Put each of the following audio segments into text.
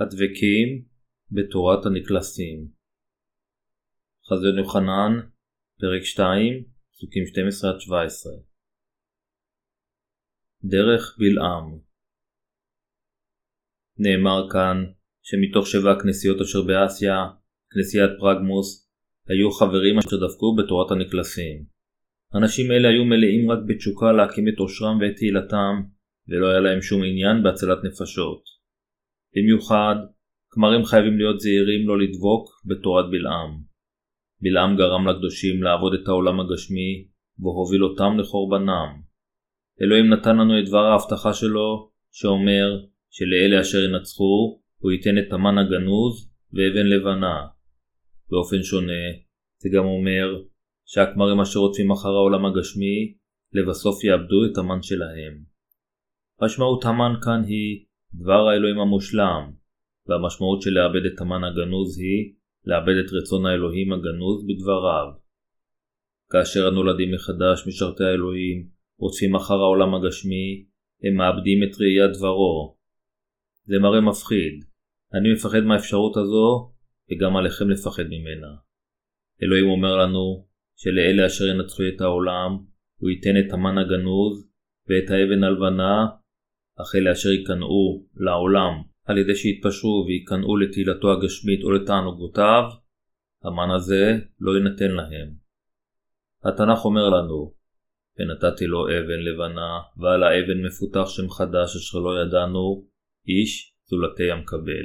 הדבקים בתורת הנקלסים. חזון יוחנן, פרק 2, פסוקים 12-17. דרך בלעם. נאמר כאן שמתוך 7 הכנסיות אשר באסיה, כנסיית פרגמוס, היו חברים אשר דבקו בתורת הנקלסים. אנשים אלה היו מלאים רק בתשוקה להקים את עושרם ואת תהילתם, ולא היה להם שום עניין בהצלת נפשות. במיוחד, כמרים חייבים להיות זהירים לא לדבוק בתורת בלעם. בלעם גרם לקדושים לעבוד את העולם הגשמי, והוביל אותם לחורבנם. אלוהים נתן לנו את דבר ההבטחה שלו, שאומר שלאלה אשר ינצחו, הוא ייתן את המן הגנוז ואבן לבנה. באופן שונה, זה גם אומר שהכמרים אשר רודפים אחר העולם הגשמי, לבסוף יאבדו את המן שלהם. משמעות המן כאן היא דבר האלוהים המושלם, והמשמעות של לאבד את המן הגנוז היא לאבד את רצון האלוהים הגנוז בדבריו. כאשר הנולדים מחדש משרתי האלוהים רודפים אחר העולם הגשמי, הם מאבדים את ראיית דברו. זה מראה מפחיד. אני מפחד מהאפשרות הזו, וגם עליכם לפחד ממנה. אלוהים אומר לנו שלאלה אשר ינצחו את העולם, הוא ייתן את המן הגנוז ואת האבן הלבנה, אך אלה אשר ייכנעו לעולם על ידי שיתפשרו וייכנעו לתהילתו הגשמית או לתענוגותיו, המן הזה לא יינתן להם. התנ"ך אומר לנו, ונתתי לו אבן לבנה, ועל האבן מפותח שם חדש אשר לא ידענו, איש זולתי המקבל.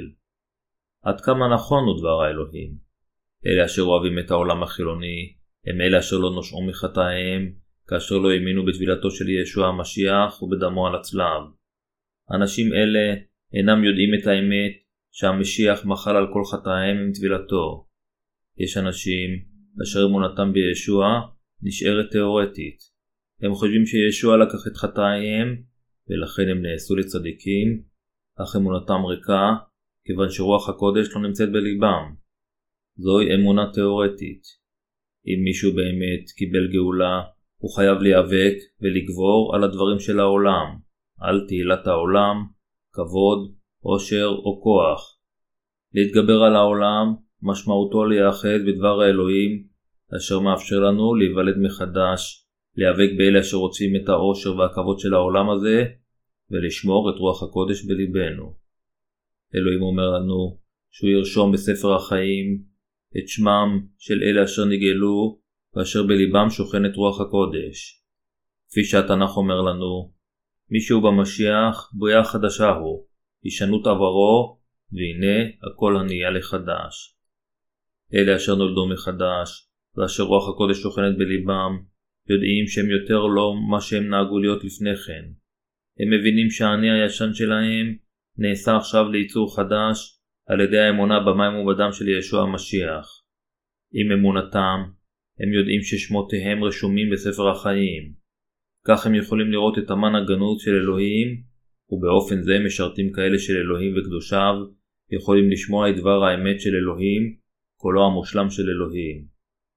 עד כמה נכון הוא דבר האלוהים. אלה אשר אוהבים את העולם החילוני, הם אלה אשר לא נושעו מחטאיהם, כאשר לא האמינו בטבילתו של ישוע המשיח ובדמו על הצלב. אנשים אלה אינם יודעים את האמת שהמשיח מחל על כל חטאיהם עם טבילתו. יש אנשים אשר אמונתם בישוע נשארת תיאורטית. הם חושבים שישוע לקח את חטאיהם ולכן הם נעשו לצדיקים, אך אמונתם ריקה כיוון שרוח הקודש לא נמצאת בליבם. זוהי אמונה תיאורטית. אם מישהו באמת קיבל גאולה, הוא חייב להיאבק ולגבור על הדברים של העולם, על תהילת העולם, כבוד, עושר או כוח. להתגבר על העולם משמעותו להיאחד בדבר האלוהים, אשר מאפשר לנו להיוולד מחדש, להיאבק באלה אשר רוצים את העושר והכבוד של העולם הזה, ולשמור את רוח הקודש בליבנו. אלוהים אומר לנו שהוא ירשום בספר החיים את שמם של אלה אשר נגאלו ואשר בליבם שוכנת רוח הקודש. כפי שהתנ"ך אומר לנו, מישהו במשיח בריאה חדשה הוא, ישנות עברו והנה הכל הנהיה לחדש. אלה אשר נולדו מחדש ואשר רוח הקודש שוכנת בליבם יודעים שהם יותר לא מה שהם נהגו להיות לפני כן. הם מבינים שהאני הישן שלהם נעשה עכשיו ליצור חדש על ידי האמונה במים ובדם של ישוע המשיח. עם אמונתם, הם יודעים ששמותיהם רשומים בספר החיים. כך הם יכולים לראות את המן הגנוז של אלוהים, ובאופן זה משרתים כאלה של אלוהים וקדושיו, יכולים לשמוע את דבר האמת של אלוהים, קולו המושלם של אלוהים.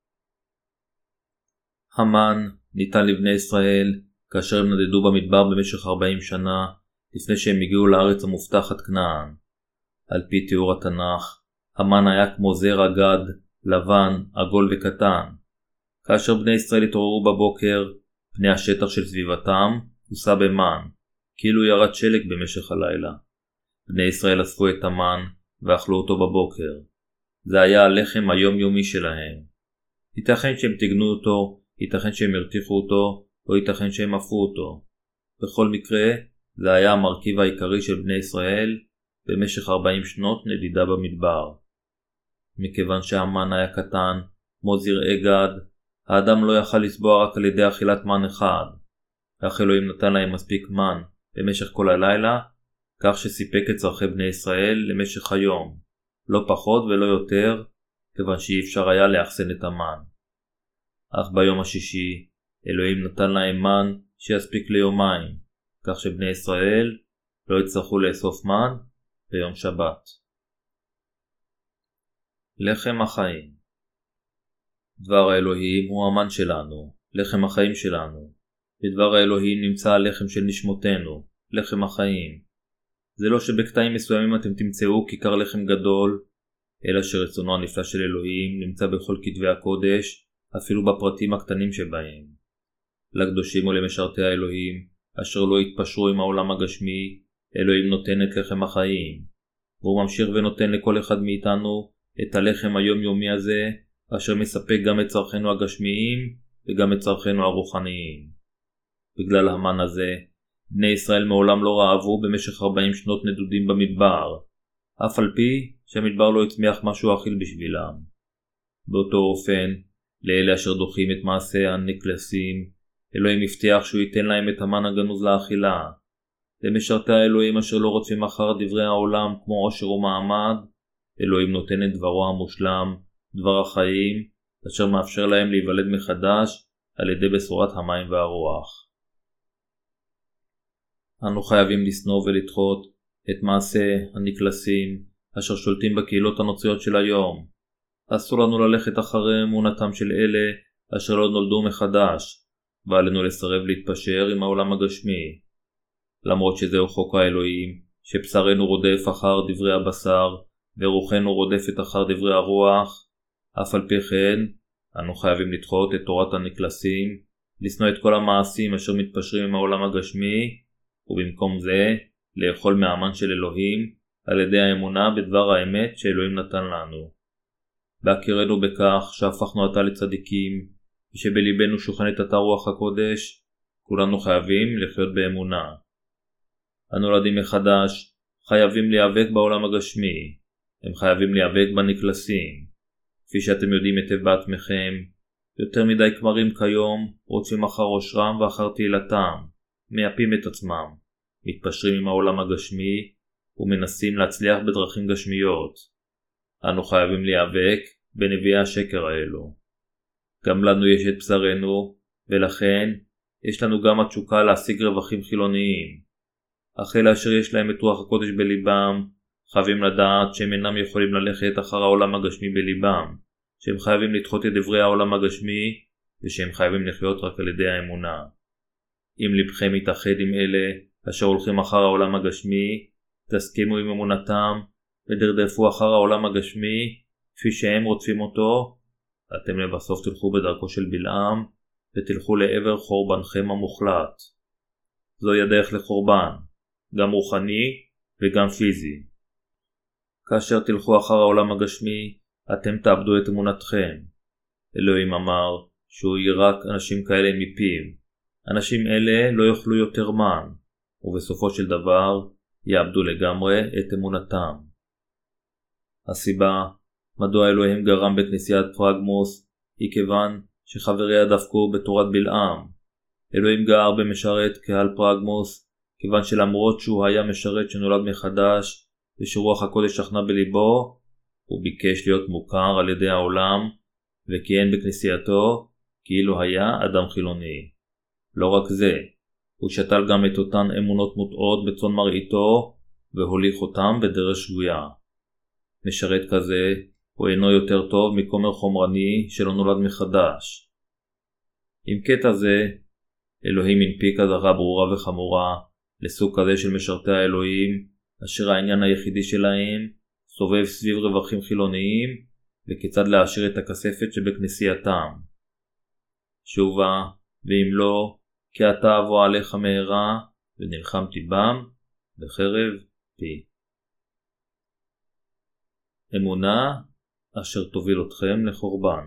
המן ניתן לבני ישראל כאשר הם נדדו במדבר במשך 40 שנה, לפני שהם הגיעו לארץ המובטחת כנען. על פי תיאור התנ"ך, המן היה כמו זרע גד, לבן, עגול וקטן. כאשר בני ישראל התעוררו בבוקר, פני השטח של סביבתם הוסע במן, כאילו ירד שלג במשך הלילה. בני ישראל אספו את המן ואכלו אותו בבוקר. זה היה הלחם היומיומי שלהם. ייתכן שהם תגנו אותו, ייתכן שהם הרתיחו אותו, או ייתכן שהם עפו אותו. בכל מקרה, זה היה המרכיב העיקרי של בני ישראל במשך 40 שנות נדידה במדבר. מכיוון שהמן היה קטן, כמו זרעי גד, האדם לא יכל לסבוע רק על ידי אכילת מן אחד. אך אלוהים נתן להם מספיק מן במשך כל הלילה, כך שסיפק את צרכי בני ישראל למשך היום, לא פחות ולא יותר, כיוון שאי אפשר היה לאחסן את המן. אך ביום השישי, אלוהים נתן להם מן שיספיק ליומיים, כך שבני ישראל לא יצטרכו לאסוף מן ביום שבת. לחם החיים. דבר האלוהים הוא המן שלנו, לחם החיים שלנו. בדבר האלוהים נמצא הלחם של נשמותינו, לחם החיים. זה לא שבקטעים מסוימים אתם תמצאו כיכר לחם גדול, אלא שרצונו הנפלא של אלוהים נמצא בכל כתבי הקודש, אפילו בפרטים הקטנים שבהם. לקדושים ולמשרתי האלוהים, אשר לא התפשרו עם העולם הגשמי, אלוהים נותן את לחם החיים, והוא ממשיך ונותן לכל אחד מאיתנו את הלחם היומיומי הזה, אשר מספק גם את צרכינו הגשמיים וגם את צרכינו הרוחניים. בגלל המן הזה, בני ישראל מעולם לא רעבו במשך 40 שנות נדודים במדבר, אף על פי שהמדבר לא הצמיח משהו אכיל בשבילם. באותו אופן, לאלה אשר דוחים את מעשה הנקלסים, אלוהים הבטיח שהוא ייתן להם את המן הגנוז לאכילה. למשרתי האלוהים אשר לא רוצים אחר דברי העולם כמו עושר ומעמד, אלוהים נותן את דברו המושלם, דבר החיים, אשר מאפשר להם להיוולד מחדש על ידי בשורת המים והרוח. אנו חייבים לשנוא ולדחות את מעשה הנקלסים אשר שולטים בקהילות הנוצריות של היום. אסור לנו ללכת אחרי אמונתם של אלה אשר לא נולדו מחדש, ועלינו לסרב להתפשר עם העולם הגשמי. למרות שזהו חוק האלוהים, שבשרנו רודף אחר דברי הבשר, ורוחנו רודפת אחר דברי הרוח, אף על פי כן, אנו חייבים לדחות את תורת הנקלסים, לשנוא את כל המעשים אשר מתפשרים עם העולם הגשמי, ובמקום זה, לאכול מהמן של אלוהים, על ידי האמונה בדבר האמת שאלוהים נתן לנו. בהכירנו בכך שהפכנו עתה לצדיקים, ושבליבנו שוכנת עתה רוח הקודש, כולנו חייבים לחיות באמונה. הנולדים מחדש חייבים להיאבק בעולם הגשמי, הם חייבים להיאבק בנקלסים. כפי שאתם יודעים היטב בעצמכם, יותר מדי כמרים כיום רוצים אחר עושרם ואחר תהילתם, מייפים את עצמם, מתפשרים עם העולם הגשמי ומנסים להצליח בדרכים גשמיות. אנו חייבים להיאבק בנביאי השקר האלו. גם לנו יש את בשרנו, ולכן יש לנו גם התשוקה להשיג רווחים חילוניים. אך אלה אשר יש להם את רוח הקודש בליבם, חייבים לדעת שהם אינם יכולים ללכת אחר העולם הגשמי בליבם, שהם חייבים לדחות את דברי העולם הגשמי, ושהם חייבים לחיות רק על ידי האמונה. אם לבכם יתאחד עם אלה אשר הולכים אחר העולם הגשמי, תסכימו עם אמונתם ודרדפו אחר העולם הגשמי כפי שהם רוצים אותו, אתם לבסוף תלכו בדרכו של בלעם ותלכו לעבר חורבנכם המוחלט. זוהי הדרך לחורבן, גם רוחני וגם פיזי. כאשר תלכו אחר העולם הגשמי, אתם תאבדו את אמונתכם. אלוהים אמר שהוא יירק אנשים כאלה מפיו. אנשים אלה לא יאכלו יותר מן, ובסופו של דבר יאבדו לגמרי את אמונתם. הסיבה מדוע אלוהים גרם בכנסיית פרגמוס היא כיוון שחבריה דפקו בתורת בלעם. אלוהים גר במשרת קהל פרגמוס כיוון שלמרות שהוא היה משרת שנולד מחדש ושרוח הקודש שכנה בליבו, הוא ביקש להיות מוכר על ידי העולם וכיהן בכנסייתו כאילו היה אדם חילוני. לא רק זה, הוא שתל גם את אותן אמונות מוטעות בצאן מרעיתו והוליך אותם בדרך שגויה. משרת כזה הוא אינו יותר טוב מכומר חומרני שלא נולד מחדש. עם קטע זה, אלוהים הנפיק אזהרה ברורה וחמורה לסוג כזה של משרתי האלוהים, אשר העניין היחידי שלהם סובב סביב רווחים חילוניים וכיצד להעשיר את הכספת שבכנסייתם. שובה, ואם לא, כי אתה אבוא עליך מהרה ונלחמתי בם בחרב פי. אמונה אשר תוביל אתכם לחורבן.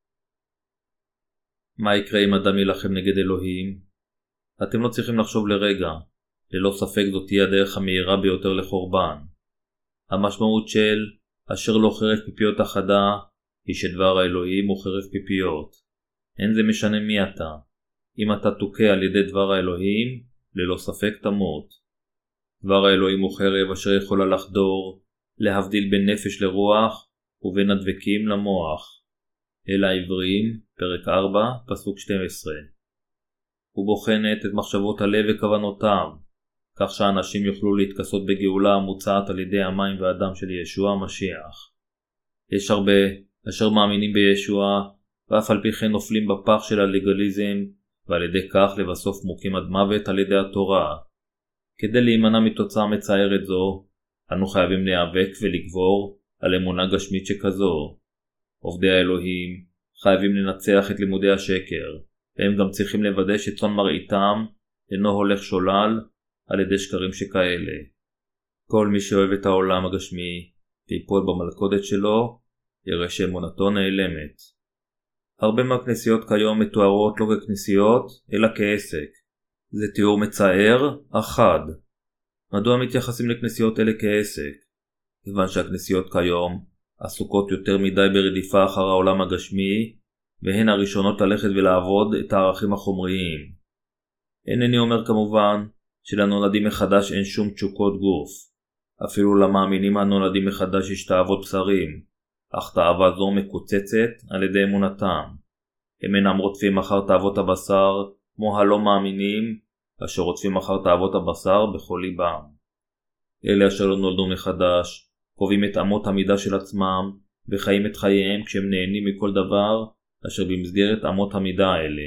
מה יקרה אם אדם ילחם נגד אלוהים? אתם לא צריכים לחשוב לרגע, ללא ספק זאת תהיה הדרך המהירה ביותר לחורבן. המשמעות של אשר לא חרב פיפיות אחדה היא שדבר האלוהים הוא חרב פיפיות. אין זה משנה מי אתה. אם אתה תוקע על ידי דבר האלוהים, ללא ספק תמות. דבר האלוהים הוא חרב אשר יכולה לחדור, להבדיל בין נפש לרוח ובין הדבקים למוח. אל העברים, פרק 4, פסוק 12. הוא בוחנת את מחשבות הלב וכוונותיו, כך שאנשים יוכלו להתכסות בגאולה המוצעת על ידי המים והדם של ישוע המשיח. יש הרבה אשר מאמינים בישוע, ואף על פי כן נופלים בפח של הלגליזם, ועל ידי כך לבסוף מוכים עד מוות על ידי התורה. כדי להימנע מתוצאה מצערת זו, אנו חייבים להיאבק ולגבור על אמונה גשמית שכזו. עובדי האלוהים חייבים לנצח את לימודי השקר, והם גם צריכים לוודא שצאן מרעיתם אינו הולך שולל על ידי שקרים שכאלה. כל מי שאוהב את העולם הגשמי ויפול במלכודת שלו, יראה שאמונתו נעלמת. הרבה מהכנסיות כיום מתוארות לא ככנסיות, אלא כעסק. זה תיאור מצער, אך חד. מדוע מתייחסים לכנסיות אלה כעסק? כיוון שהכנסיות כיום עסוקות יותר מדי ברדיפה אחר העולם הגשמי, והן הראשונות ללכת ולעבוד את הערכים החומריים. אינני אומר כמובן שלנולדים מחדש אין שום תשוקות גוף. אפילו למאמינים הנולדים מחדש יש תאוות בשרים, אך תאווה זו מקוצצת על ידי אמונתם. הם אינם רודפים אחר תאוות הבשר כמו הלא מאמינים, אשר רודפים אחר תאוות הבשר בכל ליבם. אלה אשר לא נולדו מחדש, קובעים את אמות המידה של עצמם, וחיים את חייהם כשהם נהנים מכל דבר, אשר במסגרת אמות המידה האלה.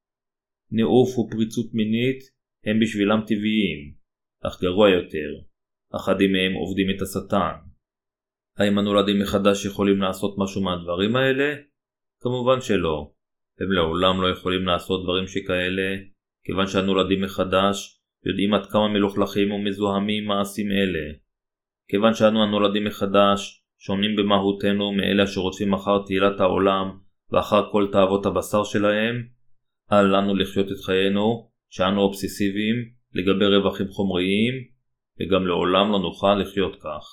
נעוף ופריצות מינית הם בשבילם טבעיים, אך גרוע יותר, אחדים מהם עובדים את השטן. האם הנולדים מחדש יכולים לעשות משהו מהדברים האלה? כמובן שלא. הם לעולם לא יכולים לעשות דברים שכאלה, כיוון שהנולדים מחדש יודעים עד כמה מלוכלכים ומזוהמים מעשים אלה. כיוון שאנו הנולדים מחדש שונים במהותנו מאלה שרודפים אחר תהילת העולם ואחר כל תאוות הבשר שלהם, אל לנו לחיות את חיינו שאנו אובססיביים לגבי רווחים חומריים, וגם לעולם לא נוכל לחיות כך.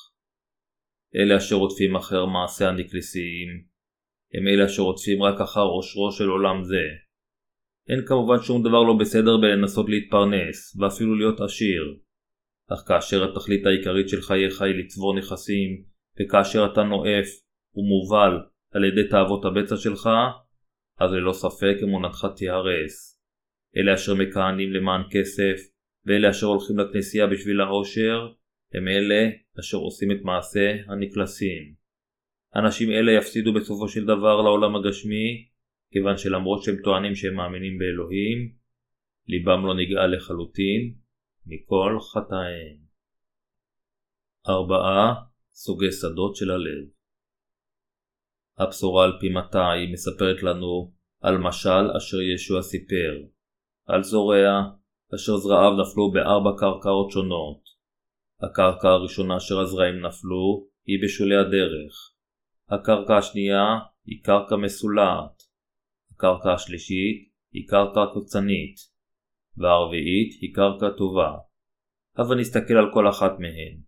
אלה אשר רודפים אחר מעשי הנקלסיים, הם אלה אשר רודפים רק אחר עושרו של עולם זה. אין כמובן שום דבר לא בסדר בלנסות להתפרנס, ואפילו להיות עשיר. אך כאשר התכלית העיקרית של חייך היא לצבור נכסים, וכאשר אתה נואף ומובל על ידי תאוות הבצע שלך, אז ללא ספק אמונתך תיהרס. אלה אשר מכהנים למען כסף, ואלה אשר הולכים לכנסייה בשביל העושר, הם אלה אשר עושים את מעשה הנקלסים. אנשים אלה יפסידו בסופו של דבר לעולם הגשמי, כיוון שלמרות שהם טוענים שהם מאמינים באלוהים, ליבם לא נגאל לחלוטין מכל חטאיהם. 4. סוגי שדות של הלב. הבשורה על פי מתי מספרת לנו על משל אשר ישוע סיפר, על זורע אשר זרעיו נפלו ב4 קרקעות שונות. הקרקע הראשונה אשר הזרעים נפלו היא בשולי הדרך. הקרקע השנייה היא קרקע מסולעת. הקרקע השלישית היא קרקע קוצנית. והרביעית היא קרקע טובה. אבל נסתכל על כל אחת מהן.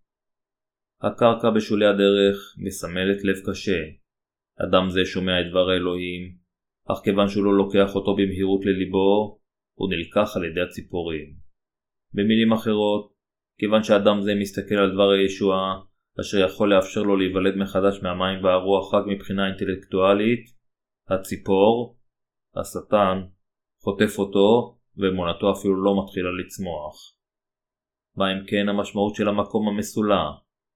הקרקע בשולי הדרך מסמלת לב קשה. אדם זה שומע את דבר האלוהים, אך כיוון שהוא לא לוקח אותו במהירות לליבו, הוא נלקח על ידי הציפורים. במילים אחרות, כיוון שאדם זה מסתכל על דבר הישועה, אשר יכול לאפשר לו להיוולד מחדש מהמים והרוח רק מבחינה אינטלקטואלית, הציפור, השטן, חוטף אותו, ואמונתו אפילו לא מתחילה לצמוח. מה אם כן המשמעות של המקום המסולע?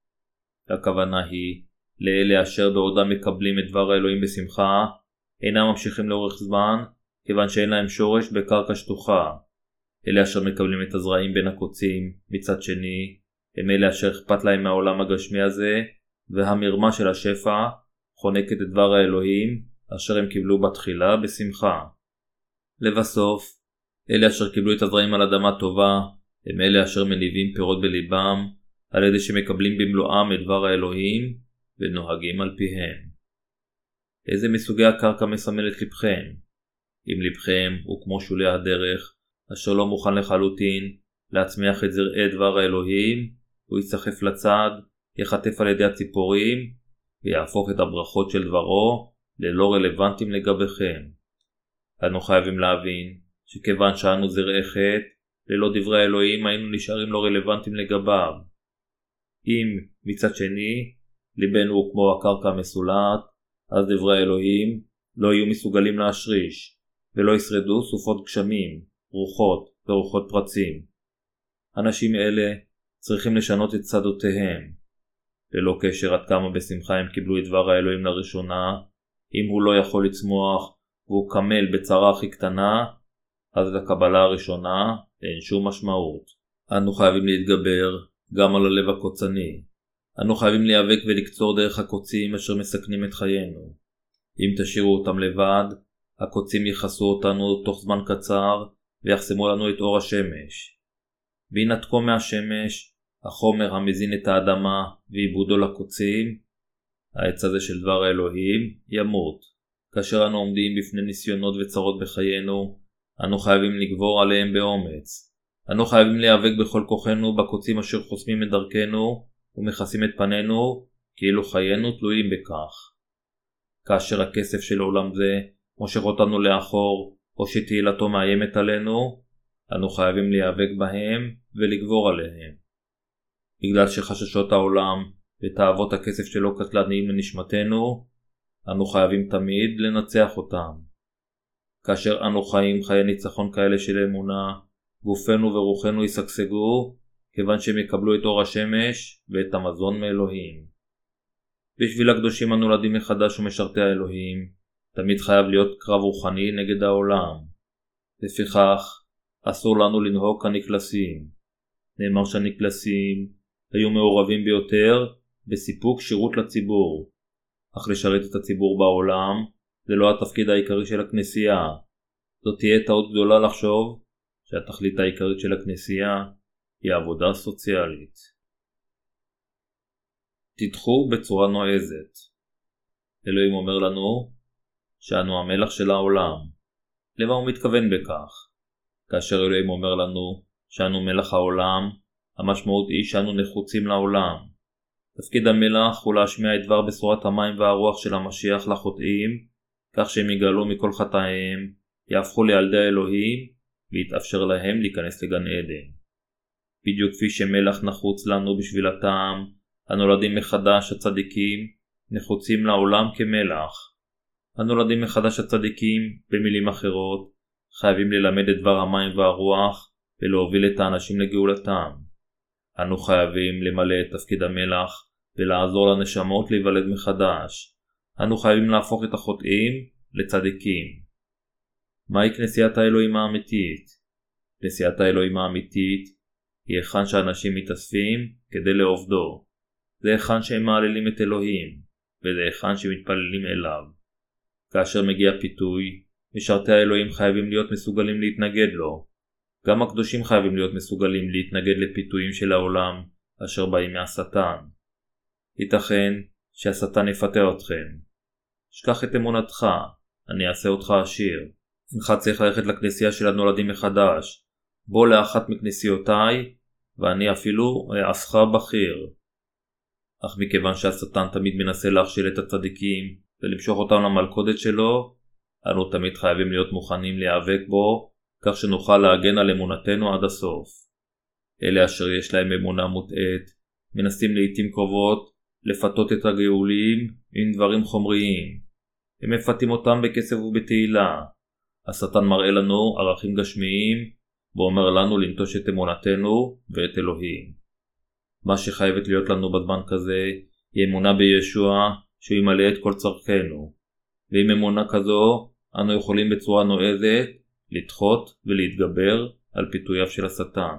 הכוונה היא, לאלה אשר בעודם מקבלים את דבר האלוהים בשמחה, אינם ממשיכים לאורך זמן, כיוון שאין להם שורש בקרקע שטוחה. אלה אשר מקבלים את הזרעים בין הקוצים, מצד שני, הם אלה אשר אכפת להם מהעולם הגשמי הזה, והמרמה של השפע חונקת את דבר האלוהים, אשר הם קיבלו בתחילה בשמחה. לבסוף, אלה אשר קיבלו את הזרעים על אדמה טובה, הם אלה אשר מניבים פירות בליבם, על ידי שמקבלים במלואם את דבר האלוהים, ונוהגים על פיהם. איזה מסוגי הקרקע מסמלת לבכם? אם לבכם הוא כמו שולי הדרך, אשר לא מוכן לחלוטין להצמיח את זרעי דבר האלוהים, הוא יסחף לצד, יחטף על ידי הציפורים, ויהפוך את הברכות של דברו ללא רלוונטיים לגביכם. אנו חייבים להבין שכיוון שאנו זרעי חטא, ללא דברי האלוהים היינו נשארים לא רלוונטיים לגביו. אם מצד שני, ליבנו הוא כמו הקרקע המסולעת, אז דברי האלוהים לא יהיו מסוגלים להשריש, ולא ישרדו סופות גשמים, רוחות ורוחות פרצים. אנשים אלה צריכים לשנות את צדותיהם. ללא קשר עד כמה בשמחה הם קיבלו את דבר האלוהים לראשונה, אם הוא לא יכול לצמוח והוא קמל בצרה הכי קטנה, אז לקבלה הראשונה אין שום משמעות. אנו חייבים להתגבר גם על הלב הקוצני. אנו חייבים להיאבק ולקצור דרך הקוצים אשר מסכנים את חיינו. אם תשאירו אותם לבד, הקוצים יכסו אותנו תוך זמן קצר ויחסמו לנו את אור השמש. בהינתקו מהשמש, החומר המזין את האדמה ועיבודו לקוצים, העץ הזה של דבר האלוהים ימות. כאשר אנו עומדים בפני ניסיונות וצרות בחיינו, אנו חייבים לגבור עליהם באומץ. אנו חייבים להיאבק בכל כוחנו בקוצים אשר חוסמים את דרכנו ומכסים את פנינו, כאילו חיינו תלויים בכך. כאשר הכסף של עולם זה מושך אותנו לאחור, או שתהילתו מאיימת עלינו, אנו חייבים להיאבק בהם ולגבור עליהם. בגלל שחששות העולם ותאוות הכסף שלו קטלניים לנשמתנו, אנו חייבים תמיד לנצח אותם. כאשר אנו חיים חיי ניצחון כאלה של אמונה, גופנו ורוחנו ישגשגו, כיוון שהם יקבלו את אור השמש ואת המזון מאלוהים. בשביל הקדושים הנולדים מחדש ומשרתי האלוהים, תמיד חייב להיות קרב רוחני נגד העולם. לפיכך, אסור לנו לנהוג כנקלסים. נאמר שהנקלסים היו מעורבים ביותר בסיפוק שירות לציבור. אך לשרת את הציבור בעולם זה לא התפקיד העיקרי של הכנסייה. זאת תהיה טעות גדולה לחשוב שהתכלית העיקרית של הכנסייה היא עבודה סוציאלית. תדחו בצורה נועזת. אלוהים אומר לנו שאנו המלח של העולם. למה הוא מתכוון בכך? כאשר אלוהים אומר לנו שאנו מלח העולם, המשמעות היא שאנו נחוצים לעולם. תפקיד המלח הוא להשמיע את דבר בשורת המים והרוח של המשיח לחוטאים, כך שהם יגאלו מכל חטאיהם, יהפכו לילדי האלוהים, ויתאפשר להם להיכנס לגן עדן. בדיוק כפי שמלח נחוץ לנו בשביל הטעם, הנולדים מחדש הצדיקים נחוצים לעולם כמלח. הנולדים מחדש הצדיקים, במילים אחרות, חייבים ללמד את דבר המים והרוח ולהוביל את האנשים לגאולתם. אנו חייבים למלא את תפקיד המלח ולעזור לנשמות להיוולד מחדש. אנו חייבים להפוך את החוטאים לצדיקים. מהי כנסיית האלוהים האמיתית? כנסיית האלוהים האמיתית היא היכן שאנשים מתאספים כדי לעובדו. זה היכן שהם מעללים את אלוהים, וזה היכן שמתפללים אליו. כאשר מגיע פיתוי, משרתי האלוהים חייבים להיות מסוגלים להתנגד לו. גם הקדושים חייבים להיות מסוגלים להתנגד לפיתויים של העולם אשר באים מהשטן. ייתכן שהשטן יפתה אתכם. שכח את אמונתך, אני אעשה אותך עשיר. אינך צריך ללכת לכנסייה של הנולדים מחדש. בוא לאחת מכנסיותיי, ואני אפילו אעשך בכיר. אך מכיוון שהשטן תמיד מנסה להכשיל את הצדיקים ולמשוך אותם למלכודת שלו, אנו תמיד חייבים להיות מוכנים להיאבק בו, כך שנוכל להגן על אמונתנו עד הסוף. אלה אשר יש להם אמונה מוטעית, מנסים לעתים קרובות לפתות את הגאולים עם דברים חומריים. הם מפתים אותם בכסף ובתהילה. השטן מראה לנו ערכים גשמיים, ואומר לנו לנטוש את אמונתנו ואת אלוהים. מה שחייבת להיות לנו בזמן כזה היא אמונה בישוע שהוא ימלא את כל צרכנו. ועם אמונה כזו אנו יכולים בצורה נועזת לדחות ולהתגבר על פיתוייו של השטן.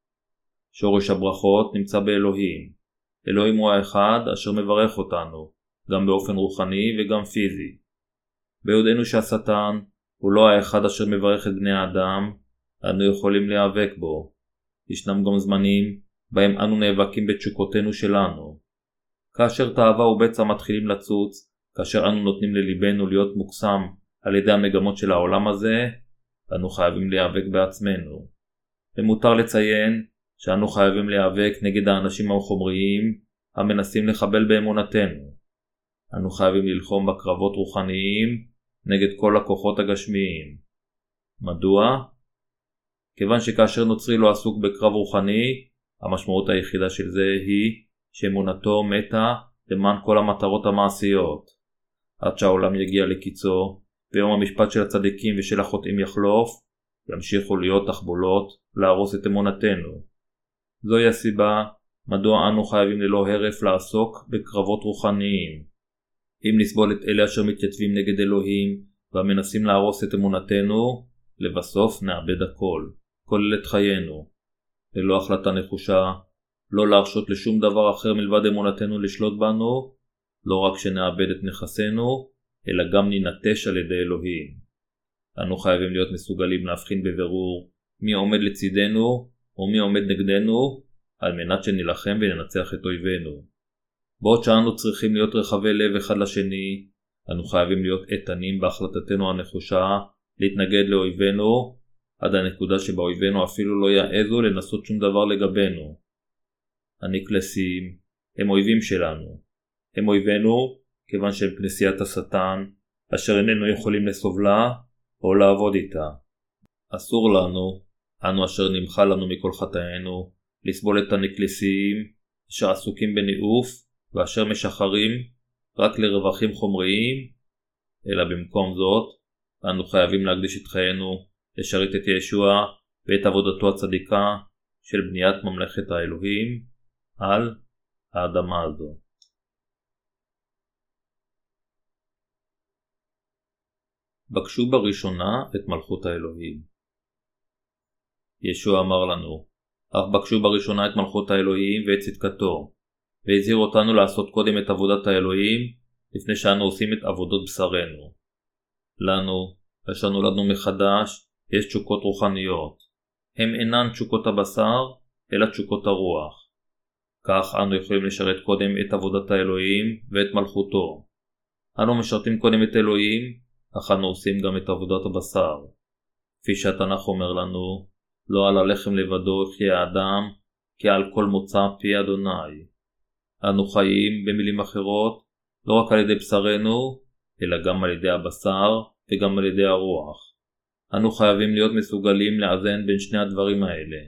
שורש הברכות נמצא באלוהים. אלוהים הוא האחד אשר מברך אותנו, גם באופן רוחני וגם פיזי. ביודענו שהשטן הוא לא האחד אשר מברך את בני האדם, אנו יכולים להיאבק בו. ישנם גם זמנים בהם אנו נאבקים בתשוקותינו שלנו. כאשר תאווה ובצע מתחילים לצוץ, כאשר אנו נותנים לליבנו להיות מוקסם על ידי המגמות של העולם הזה, אנו חייבים להיאבק בעצמנו. ומותר לציין שאנו חייבים להיאבק נגד האנשים החומריים המנסים לחבל באמונתנו. אנו חייבים ללחום בקרבות רוחניים נגד כל הכוחות הגשמיים. מדוע? כיוון שכאשר נוצרי לא עסוק בקרב רוחני, המשמעות היחידה של זה היא שאמונתו מתה למען כל המטרות המעשיות. עד שהעולם יגיע לקיצו, ויום המשפט של הצדיקים ושל החוטאים יחלוף, ימשיכו להיות תחבולות להרוס את אמונתנו. זוהי הסיבה מדוע אנו חייבים ללא הרף לעסוק בקרבות רוחניים. אם נסבול את אלה אשר מתייצבים נגד אלוהים והמנסים להרוס את אמונתנו, לבסוף נאבד הכל, כולל את חיינו. ללא החלטה נחושה, לא להרשות לשום דבר אחר מלבד אמונתנו לשלוט בנו, לא רק שנאבד את נכסינו, אלא גם ננטש על ידי אלוהים. אנו חייבים להיות מסוגלים להבחין בבירור מי עומד לצידנו ומי עומד נגדנו, על מנת שנלחם וננצח את אויבינו. בעוד שאנו צריכים להיות רחבי לב אחד לשני, אנו חייבים להיות איתנים בהחלטתנו הנחושה להתנגד לאויבינו, עד הנקודה שבה אויבינו אפילו לא יעזו לנסות שום דבר לגבינו. הנקלסים הם אויבים שלנו. הם אויבינו כיוון שהם כנסיית השטן, אשר איננו יכולים לסובלה או לעבוד איתה. אסור לנו, אנו אשר נמחה לנו מכל חטאינו, לסבול את הנקלסים אשר עסוקים בניאוף ואשר משחרים רק לרווחים חומריים, אלא במקום זאת, אנו חייבים להקדיש את חיינו לשרת את ישוע ואת עבודתו הצדיקה של בניית ממלכת האלוהים על האדמה הזו. בקשו בראשונה את מלכות האלוהים. ישוע אמר לנו, אך בקשו בראשונה את מלכות האלוהים ואת צדקתו, והזהיר אותנו לעשות קודם את עבודת האלוהים לפני שאנו עושים את עבודות בשרנו. לנו, אשר נולדנו מחדש, יש תשוקות רוחניות. הם אינן תשוקות הבשר, אלא תשוקות הרוח. כך אנו יכולים לשרת קודם את עבודת האלוהים ואת מלכותו. אנו משרתים קודם את אלוהים, אך אנו עושים גם את עבודת הבשר. כפי שהתנ"ך אומר לנו, לא על הלחם לבדו יחיה האדם, כי על כל מוצא פי אדוני. אנו חיים, במילים אחרות, לא רק על ידי בשרנו, אלא גם על ידי הבשר וגם על ידי הרוח. אנו חייבים להיות מסוגלים לאזן בין שני הדברים האלה.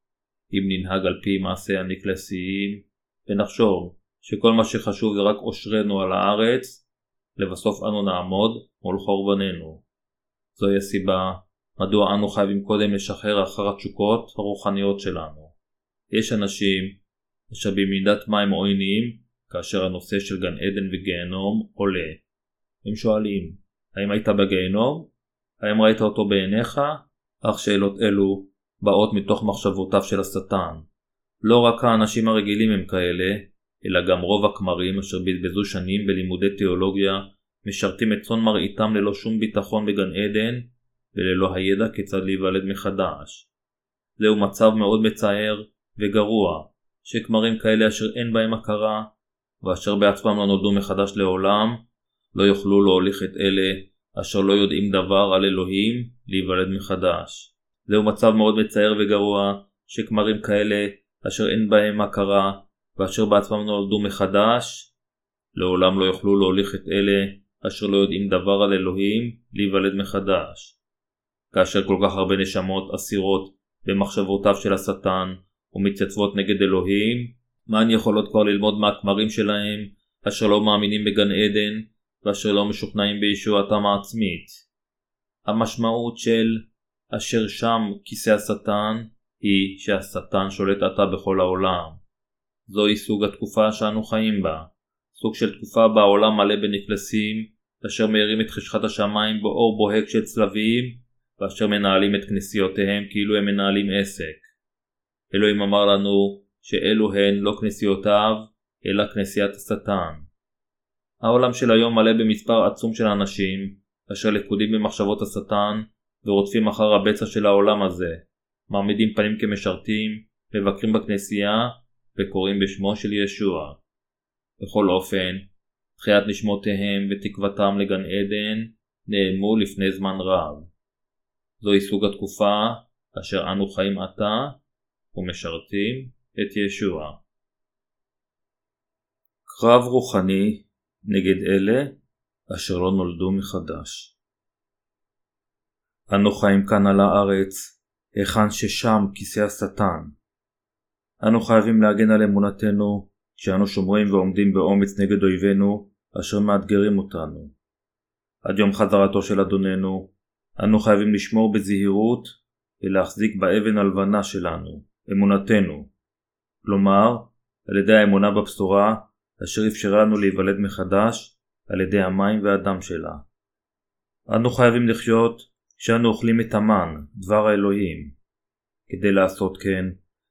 אם ננהג על פי מעשי הנקלסיים, ונחשוב שכל מה שחשוב זה רק אושרנו על הארץ, לבסוף אנו נעמוד מול חורבננו. זוהי הסיבה מדוע אנו חייבים קודם לשחרר אחר התשוקות הרוחניות שלנו. יש אנשים אשר במידת מים עוינים כאשר הנושא של גן עדן וגיהנום עולה. הם שואלים, האם היית בגיהנום? האם ראית אותו בעיניך? אך שאלות אלו באות מתוך מחשבותיו של השטן. לא רק האנשים הרגילים הם כאלה, אלא גם רוב הכמרים אשר בזבזו שנים בלימודי תיאולוגיה משרתים את צאן מרעיתם ללא שום ביטחון בגן עדן וללא הידע כיצד להיוולד מחדש. זהו מצב מאוד מצער וגרוע שכמרים כאלה אשר אין בהם הכרה ואשר בעצמם לא נולדו מחדש לעולם לא יוכלו להוליך את אלה אשר לא יודעים דבר על אלוהים להיוולד מחדש. זהו מצב מאוד מצער וגרוע שכמרים כאלה אשר אין בהם הכרה ואשר בעצמם נולדו מחדש לעולם לא יוכלו להוליך את אלה אשר לא יודעים דבר על אלוהים להיוולד מחדש. כאשר כל כך הרבה נשמות אסירות במחשבותיו של השטן ומתייצבות נגד אלוהים, מה הן יכולות כבר ללמוד מהכמרים שלהם אשר לא מאמינים בגן עדן ואשר לא משוכנעים בישועתם העצמית? המשמעות של אשר שם כיסא השטן היא שהשטן שולט עתה בכל העולם. זוהי סוג התקופה שאנו חיים בה, סוג של תקופה בה העולם מלא בנקלסים אשר מאירים את חשכת השמיים באור בוהק של צלבים ואשר מנהלים את כנסיותיהם כאילו הם מנהלים עסק. אלוהים אמר לנו שאלו הן לא כנסיותיו אלא כנסיית השטן. העולם של היום מלא במספר עצום של אנשים אשר לכודים במחשבות השטן ורודפים אחר הבצע של העולם הזה, מעמידים פנים כמשרתים, מבקרים בכנסייה וקוראים בשמו של ישוע. בכל אופן, תחיית נשמותיהם ותקוותם לגן עדן נעלמו לפני זמן רב. זוהי סוג התקופה אשר אנו חיים עתה ומשרתים את ישוע. קרב רוחני נגד אלה אשר לא נולדו מחדש. אנו חיים כאן על הארץ, היכן ששם כיסא השטן. אנו חייבים להגן על אמונתנו, שאנו שומרים ועומדים באומץ נגד אויבינו, אשר מאתגרים אותנו. עד יום חזרתו של אדוננו, אנו חייבים לשמור בזהירות ולהחזיק באבן הלבנה שלנו, אמונתנו. כלומר, על ידי האמונה בבשורה, אשר אפשרה לנו להיוולד מחדש, על ידי המים והדם שלה. אנו חייבים לחיות כשאנו אוכלים את המן, דבר האלוהים. כדי לעשות כן,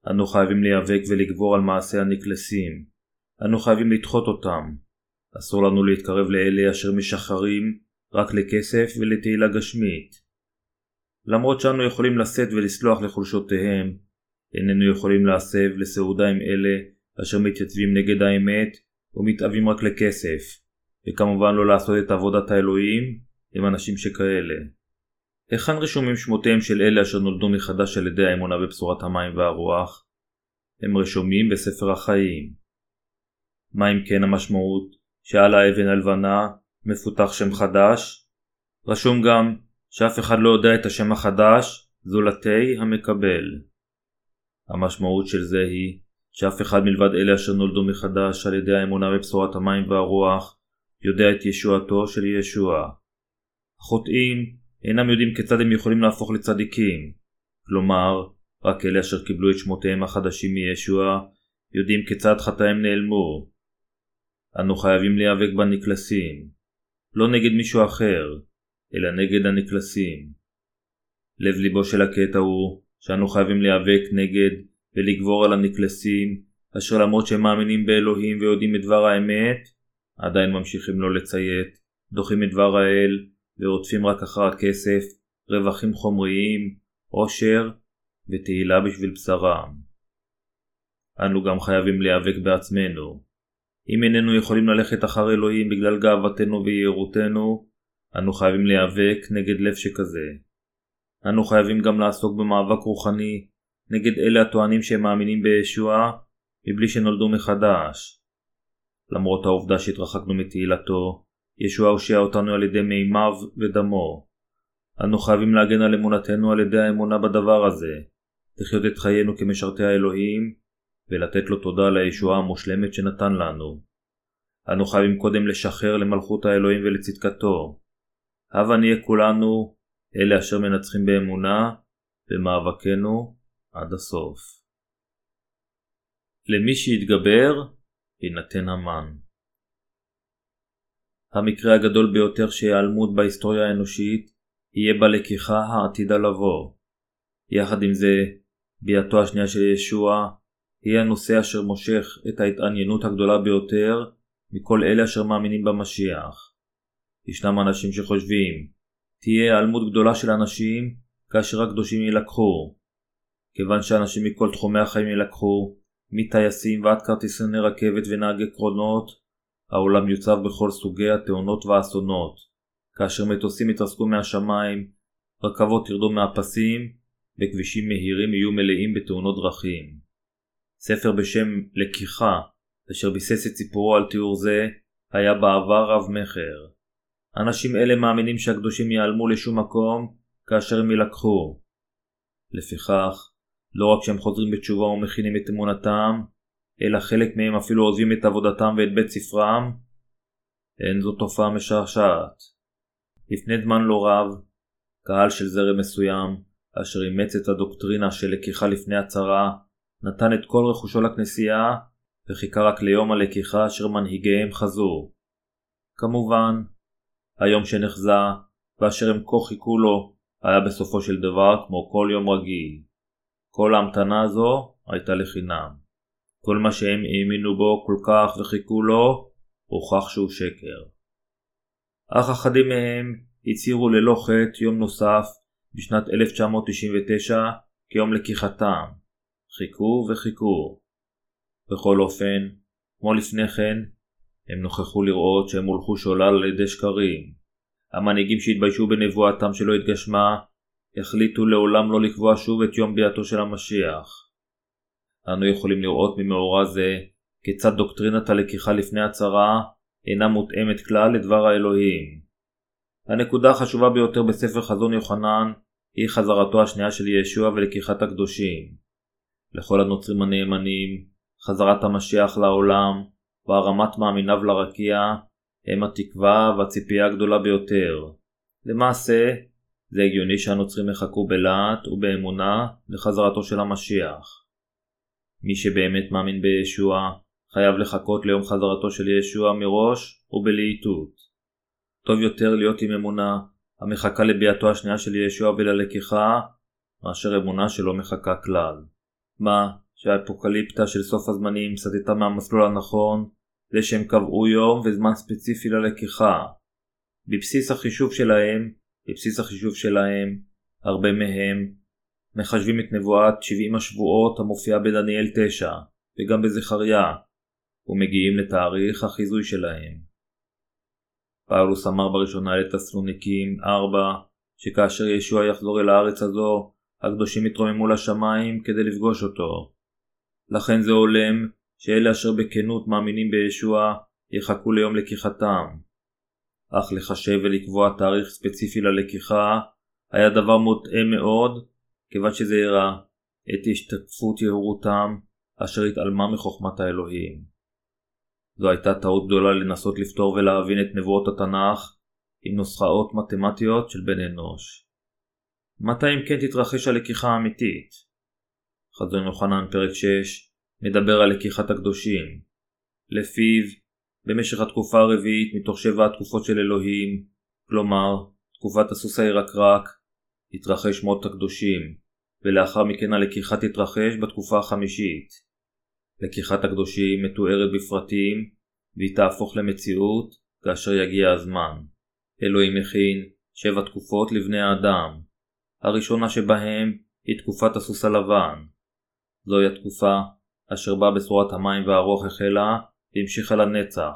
אנו חייבים להיאבק ולגבור על מעשי הנקלסים. אנו חייבים לדחות אותם. אסור לנו להתקרב לאלה אשר משחררים רק לכסף ולתהילה גשמית. למרות שאנו יכולים לשאת ולסלוח לחולשותיהם, איננו יכולים להסב לסעודה עם אלה אשר מתייצבים נגד האמת ומתאבים רק לכסף, וכמובן לא לעשות את עבודת האלוהים עם אנשים שכאלה. היכן רשומים שמותיהם של אלה אשר נולדו מחדש על ידי האמונה בבשורת המים והרוח? הם רשומים בספר החיים. מה אם כן המשמעות שעל האבן הלבנה מפותח שם חדש? רשום גם שאף אחד לא יודע את השם החדש זולתי המקבל. המשמעות של זה היא שאף אחד מלבד אלה אשר נולדו מחדש על ידי האמונה בבשורת המים והרוח יודע את ישועתו של ישוע. החוטאים אינם יודעים כיצד הם יכולים להפוך לצדיקים. כלומר, רק אלה אשר קיבלו את שמותיהם החדשים מישוע יודעים כיצד חטאיהם נעלמו. אנו חייבים להיאבק בנקלסים, לא נגד מישהו אחר, אלא נגד הנקלסים. לב ליבו של הקטע הוא שאנו חייבים להיאבק נגד ולגבור על הנקלסים, אשר למרות שהם מאמינים באלוהים ויודעים את דבר האמת, עדיין ממשיכים לא לציית, דוחים את דבר האל ורודפים רק אחר הכסף, רווחים חומריים, עושר ותהילה בשביל בשרם. אנו גם חייבים להיאבק בעצמנו. אם איננו יכולים ללכת אחר אלוהים בגלל גאוותנו ויהירותנו, אנו חייבים להיאבק נגד לב שכזה. אנו חייבים גם לעסוק במאבק רוחני נגד אלה הטוענים שהם מאמינים בישוע מבלי שנולדו מחדש. למרות העובדה שהתרחקנו מתהילתו, ישוע הושיע אותנו על ידי מימיו ודמו. אנו חייבים להגן על אמונתנו על ידי האמונה בדבר הזה, לחיות את חיינו כמשרתי האלוהים ולתת לו תודה על הישועה המושלמת שנתן לנו. אנו חייבים קודם לשחרר למלכות האלוהים ולצדקתו. הבה נהיה כולנו אלה אשר מנצחים באמונה במאבקנו עד הסוף. למי שיתגבר יינתן המן. המקרה הגדול ביותר שיעלמות בהיסטוריה האנושית יהיה בלקיחה העתידה לבוא. יחד עם זה, ביאתו השנייה של ישוע יהיה הנושא אשר מושך את ההתעניינות הגדולה ביותר מכל אלה אשר מאמינים במשיח. ישנם אנשים שחושבים, תהיה העלמות גדולה של אנשים כאשר הקדושים ילקחו. כיוון שאנשים מכל תחומי החיים ילקחו, מטייסים ועד כרטיסני רכבת ונהגי קרונות, העולם יוצב בכל סוגי התאונות והאסונות. כאשר מטוסים יתרסקו מהשמיים, רכבות ירדו מהפסים, וכבישים מהירים יהיו מלאים בתאונות דרכים. ספר בשם לקיחה, אשר ביסס את סיפורו על תיאור זה, היה בעבר רב מחר. אנשים אלה מאמינים שהקדושים ייעלמו לשום מקום כאשר הם ילקחו. לפיכך, לא רק שהם חוזרים בתשובה ומכינים את אמונתם, אלא חלק מהם אפילו עוזבים את עבודתם ואת בית ספרם. אין זו תופעה משעשעת. לפני זמן לא רב, קהל של זרם מסוים, אשר אימץ את הדוקטרינה של לקיחה לפני הצרה, נתן את כל רכושו לכנסייה, וחיכה רק ליום הלקיחה אשר מנהיגיהם חזו. כמובן, היום שנחזה, ואשר הם כה חיכו לו, היה בסופו של דבר כמו כל יום רגיל. כל ההמתנה הזו הייתה לחינם. כל מה שהם האמינו בו כל כך וחיכו לו, הוכח שהוא שקר. אך אחדים מהם הצהירו ללא חטא יום נוסף בשנת 1999 כיום לקיחתם. חיכו וחיכו. בכל אופן, כמו לפני כן, הם נוכחו לראות שהם הולכו שולל על ידי שקרים. המנהיגים שהתביישו בנבואתם שלא התגשמה, החליטו לעולם לא לקבוע שוב את יום ביאתו של המשיח. אנו יכולים לראות ממאורע זה כיצד דוקטרינת הלקיחה לפני הצרה אינה מותאמת כלל לדבר האלוהים. הנקודה החשובה ביותר בספר חזון יוחנן היא חזרתו השנייה של ישוע ולקיחת הקדושים. לכל הנוצרים הנאמנים, חזרת המשיח לעולם והרמת מאמיניו לרקיע הם התקווה והציפייה הגדולה ביותר. למעשה, זה הגיוני שהנוצרים יחכו בלהט ובאמונה לחזרתו של המשיח. מי שבאמת מאמין בישוע חייב לחכות ליום חזרתו של ישוע מראש ובלהיטות. טוב יותר להיות עם אמונה המחכה לביאתו השנייה של ישוע וללקיחה, מאשר אמונה שלא מחכה כלל. מה שהאפוקליפטה של סוף הזמנים סטתה מהמסלול הנכון, זה שהם קבעו יום וזמן ספציפי ללקיחה. בבסיס החישוב שלהם, הרבה מהם מחשבים את נבואת 70 השבועות המופיעה בדניאל 9 וגם בזכריה, ומגיעים לתאריך החיזוי שלהם. פאולוס אמר בראשונה לתסלוניקים 4 שכאשר ישוע יחזור אל הארץ הזו, הקדושים יתרוממו לשמיים כדי לפגוש אותו. לכן זה עולם שאלה אשר בכנות מאמינים בישוע יחכו ליום לקיחתם. אך לחשב ולקבוע תאריך ספציפי ללקיחה היה דבר מוטעה מאוד, כיוון שזה הראה את השתקפות יהורותם אשר התעלמה מחוכמת האלוהים. זו הייתה טעות גדולה לנסות לפתור ולהבין את נבואות התנ"ך עם נוסחאות מתמטיות של בן אנוש. מתי אם כן תתרחש הלקיחה האמיתית? חזון יוחנן פרק 6 מדבר על לקיחת הקדושים. לפיו, במשך התקופה הרביעית מתוך 7 התקופות של אלוהים, כלומר, תקופת הסוס הירקרק, יתרחש מות הקדושים, ולאחר מכן הלקיחה תתרחש בתקופה החמישית. לקיחת הקדושים מתוארת בפרטים, והיא תהפוך למציאות כאשר יגיע הזמן. אלוהים מכין 7 תקופות לבני האדם. הראשונה שבהם היא תקופת הסוס הלבן. זוהי התקופה אשר בה בשורת המים והרוח החלה והמשיכה לנצח.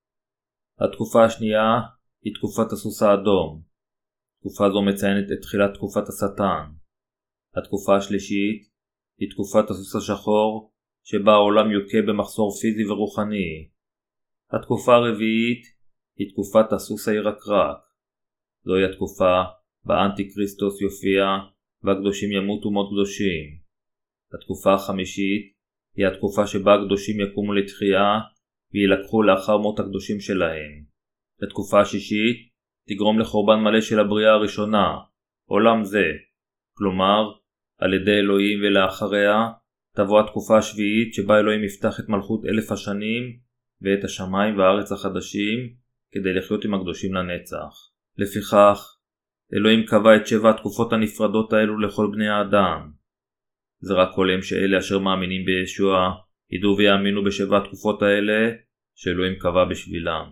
התקופה השנייה היא תקופת הסוס האדום. תקופה זו מציינת את תחילת תקופת השטן. התקופה השלישית היא תקופת הסוס השחור, שבה העולם יוקה במחסור פיזי ורוחני. התקופה הרביעית היא תקופת הסוס הירקרק. זוהי התקופה בה אנטי-קריסטוס יופיע והקדושים ימותו מות קדושים. התקופה החמישית היא התקופה שבה הקדושים יקומו לתחייה וילקחו לאחר מות הקדושים שלהם. התקופה השישית תגרום לחורבן מלא של הבריאה הראשונה, עולם זה. כלומר, על ידי אלוהים ולאחריה תבוא התקופה השביעית שבה אלוהים יפתח את מלכות 1000 השנים ואת השמיים והארץ החדשים כדי לחיות עם הקדושים לנצח. לפיכך, אלוהים קבע את 7 התקופות הנפרדות האלו לכל בני האדם. זה רק הולם שאלה אשר מאמינים בישוע ידעו ויאמינו ב7 התקופות האלה שאלוהים קבע בשבילם.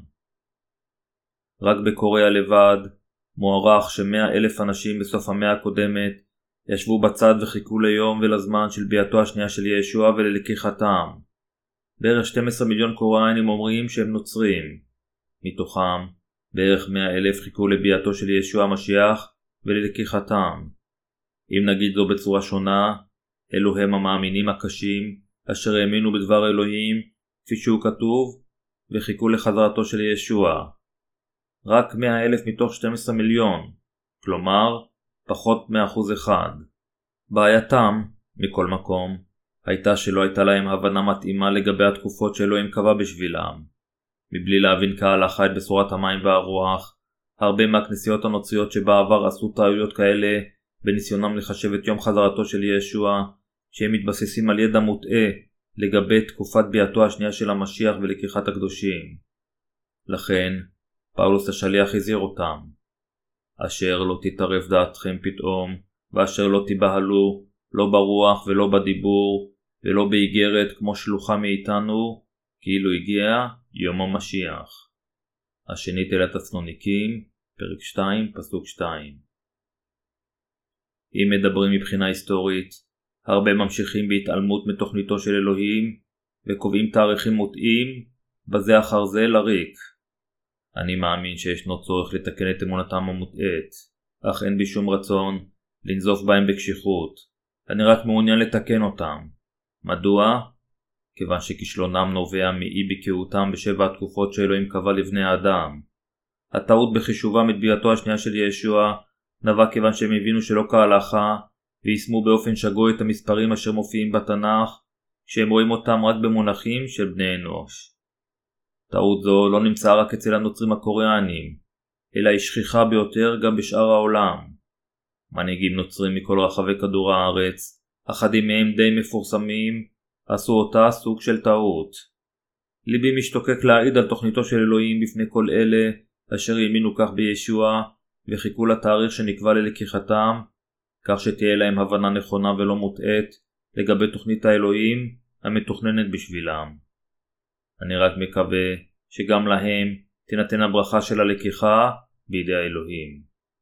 רק בקוריאה לבד מוערך ש100,000 אנשים בסוף המאה הקודמת ישבו בצד וחיכו ליום ולזמן של ביאתו השנייה של ישוע וללקיחתם. בערך 12 מיליון קוריאנים אומרים שהם נוצרים. מתוכם בערך 100,000 חיכו לביאתו של ישוע המשיח וללקיחתם. אם נגיד זו בצורה שונה, אלו הם המאמינים הקשים אשר האמינו בדבר אלוהים כפי שהוא כתוב וחיכו לחזרתו של ישוע. רק 100,000 מתוך 12 מיליון, כלומר פחות מ1%. בעייתם, מכל מקום, הייתה שלא הייתה להם הבנה מתאימה לגבי התקופות שאלוהים קבע בשבילם. מבלי להבין כהלכה את בשורת המים והרוח, הרבה מהכנסיות הנוצריות שבעבר עשו טעויות כאלה בניסיונם לחשב את יום חזרתו של ישוע, שהם מתבססים על ידע מוטעה לגבי תקופת ביאתו השנייה של המשיח ולקיחת הקדושים. לכן, פאולוס השליח הזהיר אותם. אשר לא תתערף דעתכם פתאום, ואשר לא תיבהלו, לא ברוח ולא בדיבור, ולא באיגרת כמו שלוחה מאיתנו, כאילו הגיע יום המשיח. השנית אל התסלוניקים, פרק 2, פסוק 2. אם מדברים מבחינה היסטורית, הרבה ממשיכים בהתעלמות מתוכניתו של אלוהים, וקובעים תאריכים מוטעים, בזה אחר זה לריק. אני מאמין שישנו צורך לתקן את אמונתם המוטעית, אך אין בי שום רצון לנזוף בהם בקשיחות. אני רק מעוניין לתקן אותם. מדוע? כיוון שכישלונם נובע מאי בקיאותם ב7 התקופות שאלוהים קבע לבני האדם. הטעות בחישובם את ביאתו השנייה של ישוע נבע כיוון שהם הבינו שלא כהלכה ויישמו באופן שגוי את המספרים אשר מופיעים בתנ"ך, כשהם רואים אותם רק במונחים של בני אנוש. טעות זו לא נמצאה רק אצל הנוצרים הקוריאנים, אלא היא שכיחה ביותר גם בשאר העולם. מנהיגים נוצרים מכל רחבי כדור הארץ, אחדים מהם די מפורסמים, עשו אותה סוג של טעות. ליבי משתוקק להעיד על תוכניתו של אלוהים בפני כל אלה אשר האמינו כך בישוע וחיכו לתאריך שנקבע ללקיחתם, כך שתהיה להם הבנה נכונה ולא מוטעית לגבי תוכנית האלוהים המתוכננת בשבילם. אני רק מקווה שגם להם תינתן הברכה של הלקיחה בידי האלוהים.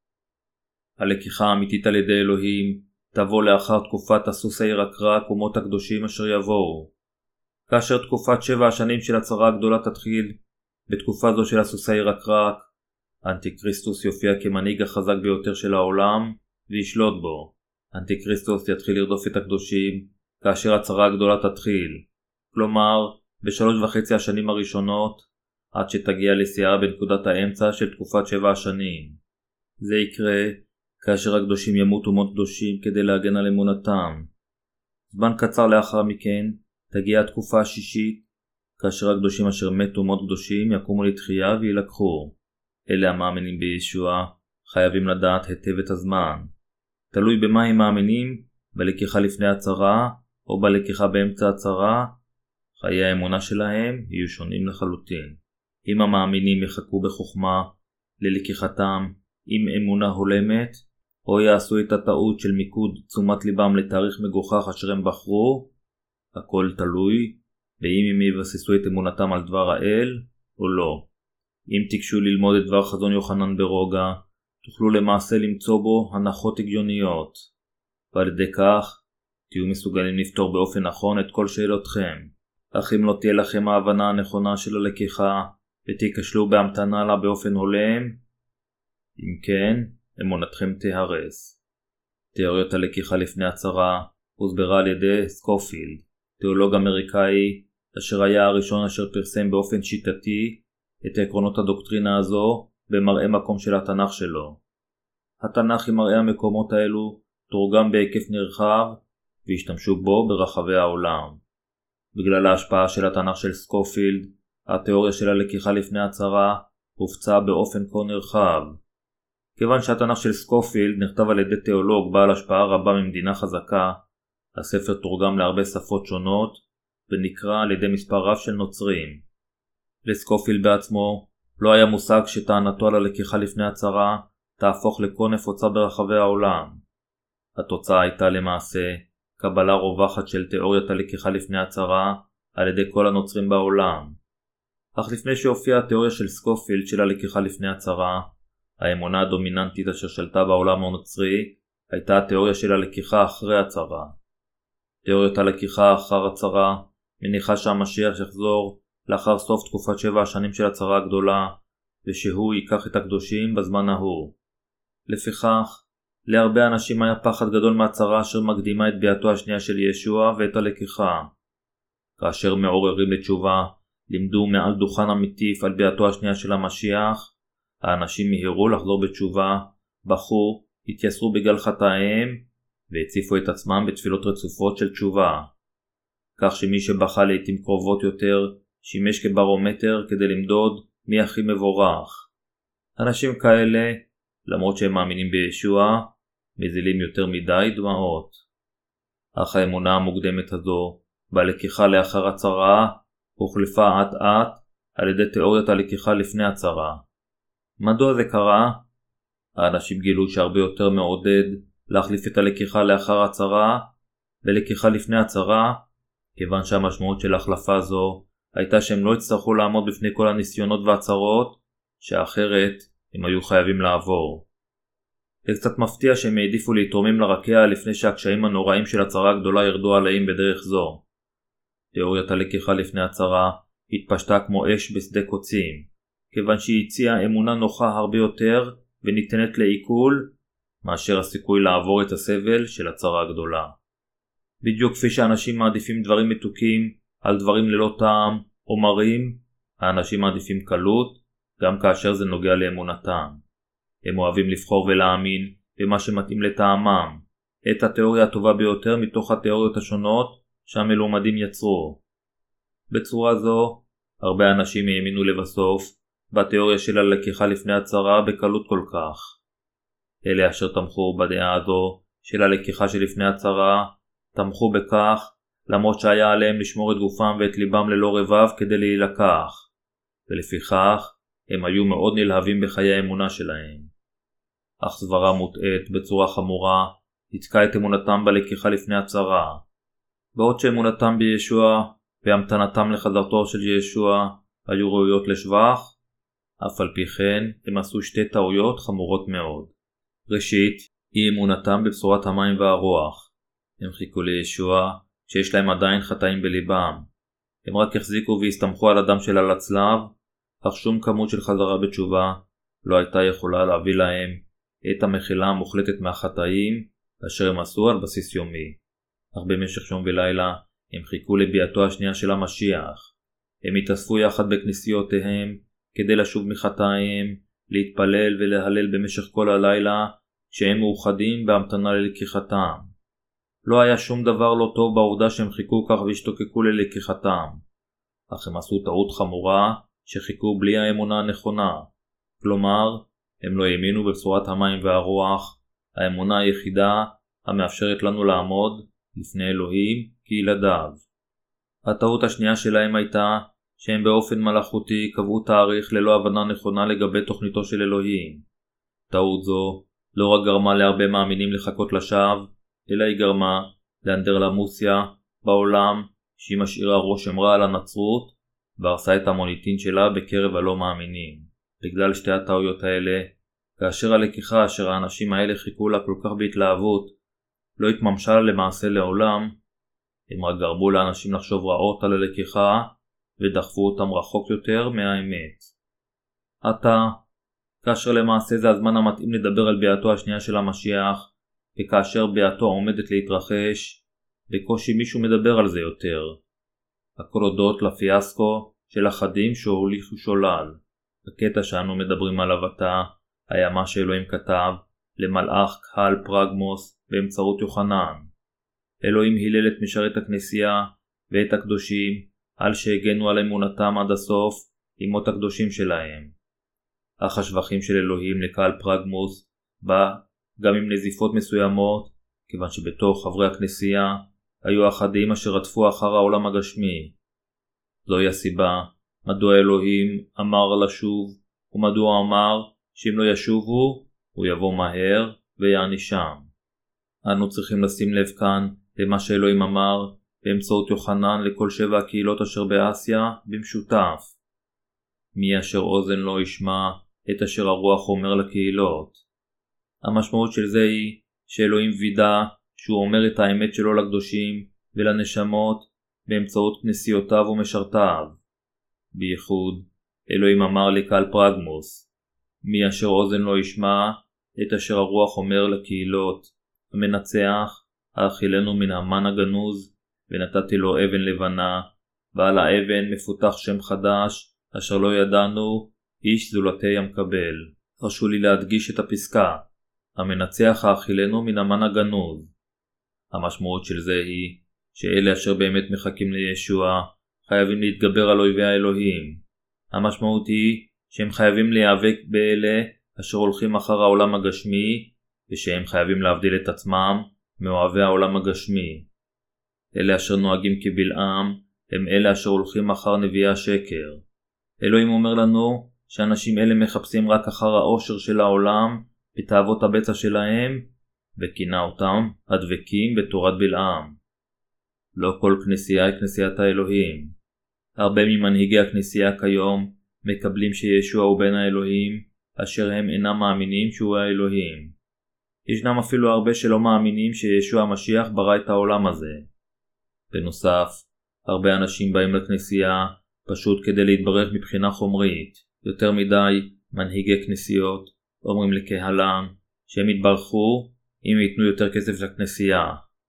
הלקיחה האמיתית על ידי אלוהים תבוא לאחר תקופת הסוס הירקרק ומות הקדושים אשר יבואו. כאשר תקופת 7 השנים של הצרה הגדולה תתחיל, בתקופה זו של הסוס הירקרק, אנטיקריסטוס יופיע כמנהיג החזק ביותר של העולם וישלוט בו. אנטיקריסטוס יתחיל לרדוף את הקדושים כאשר הצרה הגדולה תתחיל, כלומר ב3.5 השנים הראשונות, עד שתגיע לשיאה בנקודת האמצע של תקופת 7 השנים. זה יקרה כאשר הקדושים ימותו מות קדושים כדי להגן על אמונתם. זמן קצר לאחר מכן תגיע התקופה השישית, כאשר הקדושים אשר מתו מות קדושים יקומו לתחייה וילקחו. אלה המאמינים בישוע חייבים לדעת היטב את הזמן. תלוי במה הם מאמינים, בלקיחה לפני הצרה או בלקיחה באמצע הצרה, חיי האמונה שלהם יהיו שונים לחלוטין. אם המאמינים יחכו בחוכמה ללקיחתם עם אמונה הולמת, או יעשו את הטעות של מיקוד תשומת ליבם לתאריך מגוחך אשר הם בחרו, הכל תלוי באם הם יבססו את אמונתם על דבר האל או לא. אם תיגשו ללמוד את דבר חזון יוחנן ברוגע, תוכלו למעשה למצוא בו הנחות הגיוניות, ועל ידי כך תהיו מסוגלים לפתור באופן נכון את כל שאלותכם. אך אם לא תהיה לכם ההבנה הנכונה של הלקיחה ותיכשלו בהמתנה לה באופן הולם, אם כן, אמונתכם תהרס. תיאוריות הלקיחה לפני הצרה הוסברה על ידי סקופילד, תיאולוג אמריקאי אשר היה הראשון אשר פרסם באופן שיטתי את עקרונות הדוקטרינה הזו במראה מקום של התנ"ך שלו. התנ"ך עם מראה המקומות האלו תורגם בהיקף נרחב והשתמשו בו ברחבי העולם. בגלל ההשפעה של התנ"ך של סקופילד, התיאוריה של הלקיחה לפני הצרה הופצה באופן כה נרחב. כיוון שהתנ"ך של סקופילד נכתב על ידי תיאולוג בעל השפעה רבה ממדינה חזקה, הספר תורגם להרבה שפות שונות ונקרא על ידי מספר רב של נוצרים. לסקופילד בעצמו לא היה מושג שטענתו על הלקיחה לפני הצרה תהפוך לכה נפוצה ברחבי העולם. התוצאה הייתה למעשה קבלה רווחת של תיאוריית הלקיחה לפני הצרה על ידי כל הנוצרים בעולם. אך לפני שהופיעה התיאוריה של סקופילד של הלקיחה לפני הצרה, האמונה הדומיננטית אשר שלטה בעולם הנוצרי הייתה התיאוריה של הלקיחה אחרי הצרה. תיאוריית הלקיחה אחר הצרה מניחה שהמשיח יחזור לאחר סוף תקופת 7 השנים של הצרה הגדולה, ושהוא ייקח את הקדושים בזמן ההוא. לפיכך, להרבה אנשים היה פחד גדול מהצרה אשר מקדימה את ביאתו השנייה של ישוע ואת הלקיחה. כאשר מעוררים לתשובה לימדו מעל דוכן המטיף על ביאתו השנייה של המשיח, האנשים מהירו לחזור בתשובה, בכו, התייסרו בגלל חטאיהם והציפו את עצמם בתפילות רצופות של תשובה. כך שמי שבכה לעתים קרובות יותר שימש כברומטר כדי למדוד מי הכי מבורך. אנשים כאלה, למרות שהם מאמינים בישוע, מזילים יותר מדי דמעות. אך האמונה המוקדמת הזו בלקיחה לאחר הצרה הוחלפה עט עט על ידי תיאוריית הלקיחה לפני הצרה. מדוע זה קרה? האנשים גילו שהרבה יותר מעודד להחליף את הלקיחה לאחר הצרה בלקיחה לפני הצרה, כיוון שהמשמעות של ההחלפה זו הייתה שהם לא יצטרכו לעמוד בפני כל הניסיונות והצרות שאחרת הם היו חייבים לעבור. זה קצת מפתיע שהם העדיפו להתרומם לרקיע לפני שהקשיים הנוראים של הצרה הגדולה ירדו עליהם בדרך זו. תיאוריית הלקיחה לפני הצרה התפשטה כמו אש בשדה קוצים, כיוון שהיא הציעה אמונה נוחה הרבה יותר וניתנת לעיכול מאשר הסיכוי לעבור את הסבל של הצרה הגדולה. בדיוק כפי שאנשים מעדיפים דברים מתוקים על דברים ללא טעם או מרים, האנשים מעדיפים קלות גם כאשר זה נוגע לאמונתם. הם אוהבים לבחור ולהאמין במה שמתאים לטעמם, את התיאוריה הטובה ביותר מתוך התיאוריות השונות שהמלומדים יצרו. בצורה זו, הרבה אנשים האמינו לבסוף בתיאוריה של הלקיחה לפני הצרה בקלות כל כך. אלה אשר תמכו בדעה הזו של הלקיחה שלפני הצרה, תמכו בכך למרות שהיה עליהם לשמור את גופם ואת ליבם ללא רבב כדי להילקח, ולפיכך הם היו מאוד נלהבים בחיי האמונה שלהם. אך סברה מוטעית בצורה חמורה התקעה את אמונתם בלקיחה לפני הצרה. בעוד שאמונתם בישוע והמתנתם לחזרתו של ישוע היו ראויות לשבח, אף על פי כן הם עשו שתי טעויות חמורות מאוד. ראשית, אי אמונתם בבשורת המים והרוח. הם חיכו לישוע שיש להם עדיין חטאים בליבם. הם רק החזיקו והסתמכו על הדם של הצלב, אך שום כמות של חזרה בתשובה לא הייתה יכולה להביא להם את המחילה המוחלטת מהחטאים אשר הם עשו על בסיס יומי. אך במשך יום ולילה הם חיכו לביאתו השנייה של המשיח. הם התאספו יחד בכנסיותיהם כדי לשוב מחטאיהם, להתפלל ולהלל במשך כל הלילה כשהם מאוחדים בהמתנה ללקיחתם. לא היה שום דבר לא טוב בעובדה שהם חיכו כך והשתוקקו ללקיחתם, אך הם עשו טעות חמורה שחיכו בלי האמונה הנכונה. כלומר, הם לא האמינו בבשורת המים והרוח, האמונה היחידה המאפשרת לנו לעמוד לפני אלוהים כילדיו. הטעות השנייה שלהם הייתה שהם באופן מלאכותי קבעו תאריך ללא הבנה נכונה לגבי תוכניתו של אלוהים. טעות זו לא רק גרמה להרבה מאמינים לחכות לשווא, אלא היא גרמה לאנדרלמוסיה בעולם שהיא משאירה רושם רע על הנצרות והרסה את המוניטין שלה בקרב הלא מאמינים. בגלל שתי הטעויות האלה, כאשר הלקיחה אשר האנשים האלה חיכו לה כל כך בהתלהבות לא התממשה למעשה לעולם, הם רק גרמו לאנשים לחשוב רעות על הלקיחה ודחפו אותם רחוק יותר מהאמת. עתה, כאשר למעשה זה הזמן המתאים לדבר על ביאתו השנייה של המשיח, וכאשר ביאתו עומדת להתרחש, בקושי מישהו מדבר על זה יותר. הכל הודות לפיאסקו של אחדים שהוליכו שולל. הקטע שאנו מדברים עליו עתה היה מה שאלוהים כתב למלאך קהל פרגמוס באמצעות יוחנן. אלוהים הילל את משרת הכנסייה ואת הקדושים על שהגנו על אמונתם עד הסוף עם מות הקדושים שלהם. אך השבחים של אלוהים לקהל פרגמוס בא גם עם נזיפות מסוימות, כיוון שבתוך חברי הכנסייה היו אחדים אשר רדפו אחר העולם הגשמי. זוהי הסיבה מדוע אלוהים אמר לשוב, ומדוע אמר שאם לא ישובו הוא יבוא מהר ויענישם. אנו צריכים לשים לב כאן למה שאלוהים אמר באמצעות יוחנן לכל 7 הקהילות אשר באסיה במשותף. מי אשר אוזן לא ישמע את אשר הרוח אומר לקהילות. המשמעות של זה היא שאלוהים וידא שהוא אומר את האמת שלו לקדושים ולנשמות באמצעות כנסיותיו ומשרתיו. בייחוד, אלוהים אמר לקהל פרגמוס, מי אשר אוזן לא ישמע את אשר הרוח אומר לקהילות. המנצח, האכילנו מן המן הגנוז, ונתתי לו אבן לבנה, ועל האבן מפותח שם חדש, אשר לא ידענו, איש זולתי המקבל. הרשו לי להדגיש את הפסקה, המנצח האכילנו מן המן הגנוז. המשמעות של זה היא שאלה אשר באמת מחכים לישוע חייבים להתגבר על אויבי האלוהים. המשמעות היא שהם חייבים להיאבק באלה אשר הולכים אחר העולם הגשמי, ושהם חייבים להבדיל את עצמם מאוהבי העולם הגשמי. אלה אשר נוהגים כבלעם הם אלה אשר הולכים אחר נביאי השקר. אלוהים אומר לנו שאנשים אלה מחפשים רק אחר האושר של העולם בתאוות הבצע שלהם, וכינה אותם הדבקים בתורת בלעם. לא כל כנסייה היא כנסיית האלוהים. הרבה ממנהיגי הכנסייה כיום מקבלים שישוע הוא בן האלוהים, אשר הם אינם מאמינים שהוא האלוהים. ישנם אפילו הרבה שלא מאמינים שישוע המשיח ברא את העולם הזה. בנוסף, הרבה אנשים באים לכנסייה פשוט כדי להתברך מבחינה חומרית. יותר מדי מנהיגי כנסיות אומרים לקהלם שהם יתברכו אם ייתנו יותר כסף לכנסייה.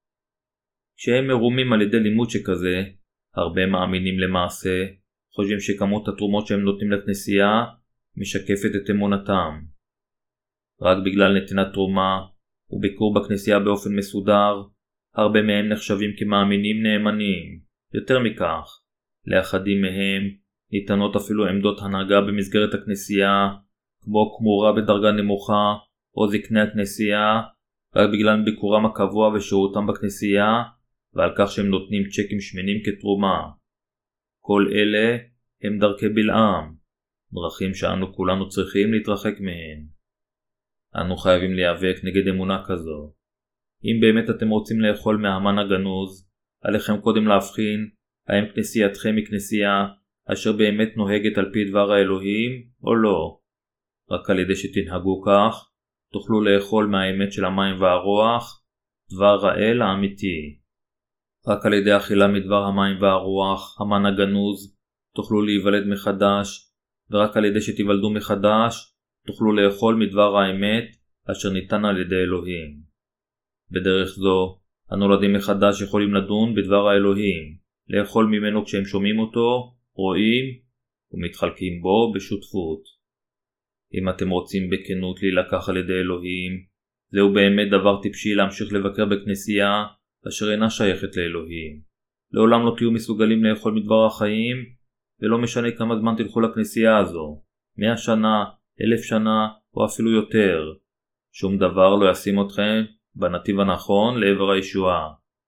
כשהם מרומים על ידי לימוד שכזה, הרבה מאמינים למעשה חושבים שכמות התרומות שהם נותנים לכנסייה משקפת את אמונתם. רק בגלל נתינת תרומה וביקור בכנסייה באופן מסודר, הרבה מהם נחשבים כמאמינים נאמנים. יותר מכך, לאחדים מהם ניתנות אפילו עמדות הנהגה במסגרת הכנסייה, כמו כמורה בדרגה נמוכה או זקני הכנסייה, רק בגלל ביקורם הקבוע ושירותם בכנסייה, ועל כך שהם נותנים צ'קים שמנים כתרומה. כל אלה הם דרכי בלעם, דרכים שאנו כולנו צריכים להתרחק מהן. אנו חייבים להיאבק נגד אמונה כזו. אם באמת אתם רוצים לאכול מהמן הגנוז, עליכם קודם להבחין האם כנסייתכם היא כנסייה אשר באמת נוהגת על פי דבר האלוהים או לא. רק על ידי שתנהגו כך, תוכלו לאכול מהאמת של המים והרוח, דבר האל האמיתי. רק על ידי אכילה מדבר המים והרוח, המן הגנוז, תוכלו להיוולד מחדש, ורק על ידי שתיוולדו מחדש, תוכלו לאכול מדבר האמת אשר ניתן על ידי אלוהים. בדרך זו, הנולדים מחדש יכולים לדון בדבר האלוהים, לאכול ממנו כשהם שומעים אותו, רואים ומתחלקים בו בשותפות. אם אתם רוצים בכנות להילקח על ידי אלוהים, זהו באמת דבר טיפשי להמשיך לבקר בכנסייה אשר אינה שייכת לאלוהים. לעולם לא תהיו מסוגלים לאכול מדבר החיים, ולא משנה כמה זמן תלכו לכנסייה הזו, 100 שנה, 1000 שנה או אפילו יותר. שום דבר לא ישים אתכם בנתיב הנכון לעבר הישועה.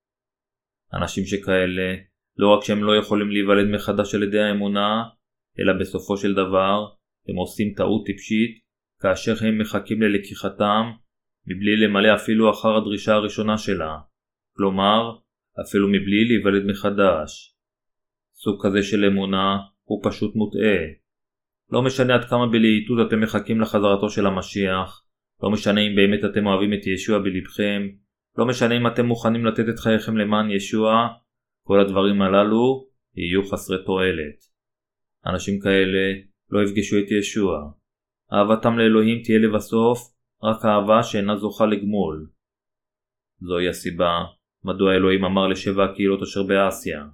אנשים שכאלה, לא רק שהם לא יכולים להיוולד מחדש על ידי האמונה, אלא בסופו של דבר הם עושים טעות טיפשית כאשר הם מחכים ללקיחתם מבלי למלא אפילו אחר הדרישה הראשונה שלה, כלומר אפילו מבלי להיוולד מחדש. סוג כזה של אמונה הוא פשוט מוטעה. לא משנה עד כמה בלהיטות אתם מחכים לחזרתו של המשיח, לא משנה אם באמת אתם אוהבים את ישוע בלבכם, לא משנה אם אתם מוכנים לתת את חייכם למען ישוע, כל הדברים הללו יהיו חסרי תועלת. אנשים כאלה לא יפגשו את ישוע. אהבתם לאלוהים תהיה לבסוף רק אהבה שאינה זוכה לגמול. זוהי הסיבה מדוע אלוהים אמר ל7 הקהילות אשר באסיה,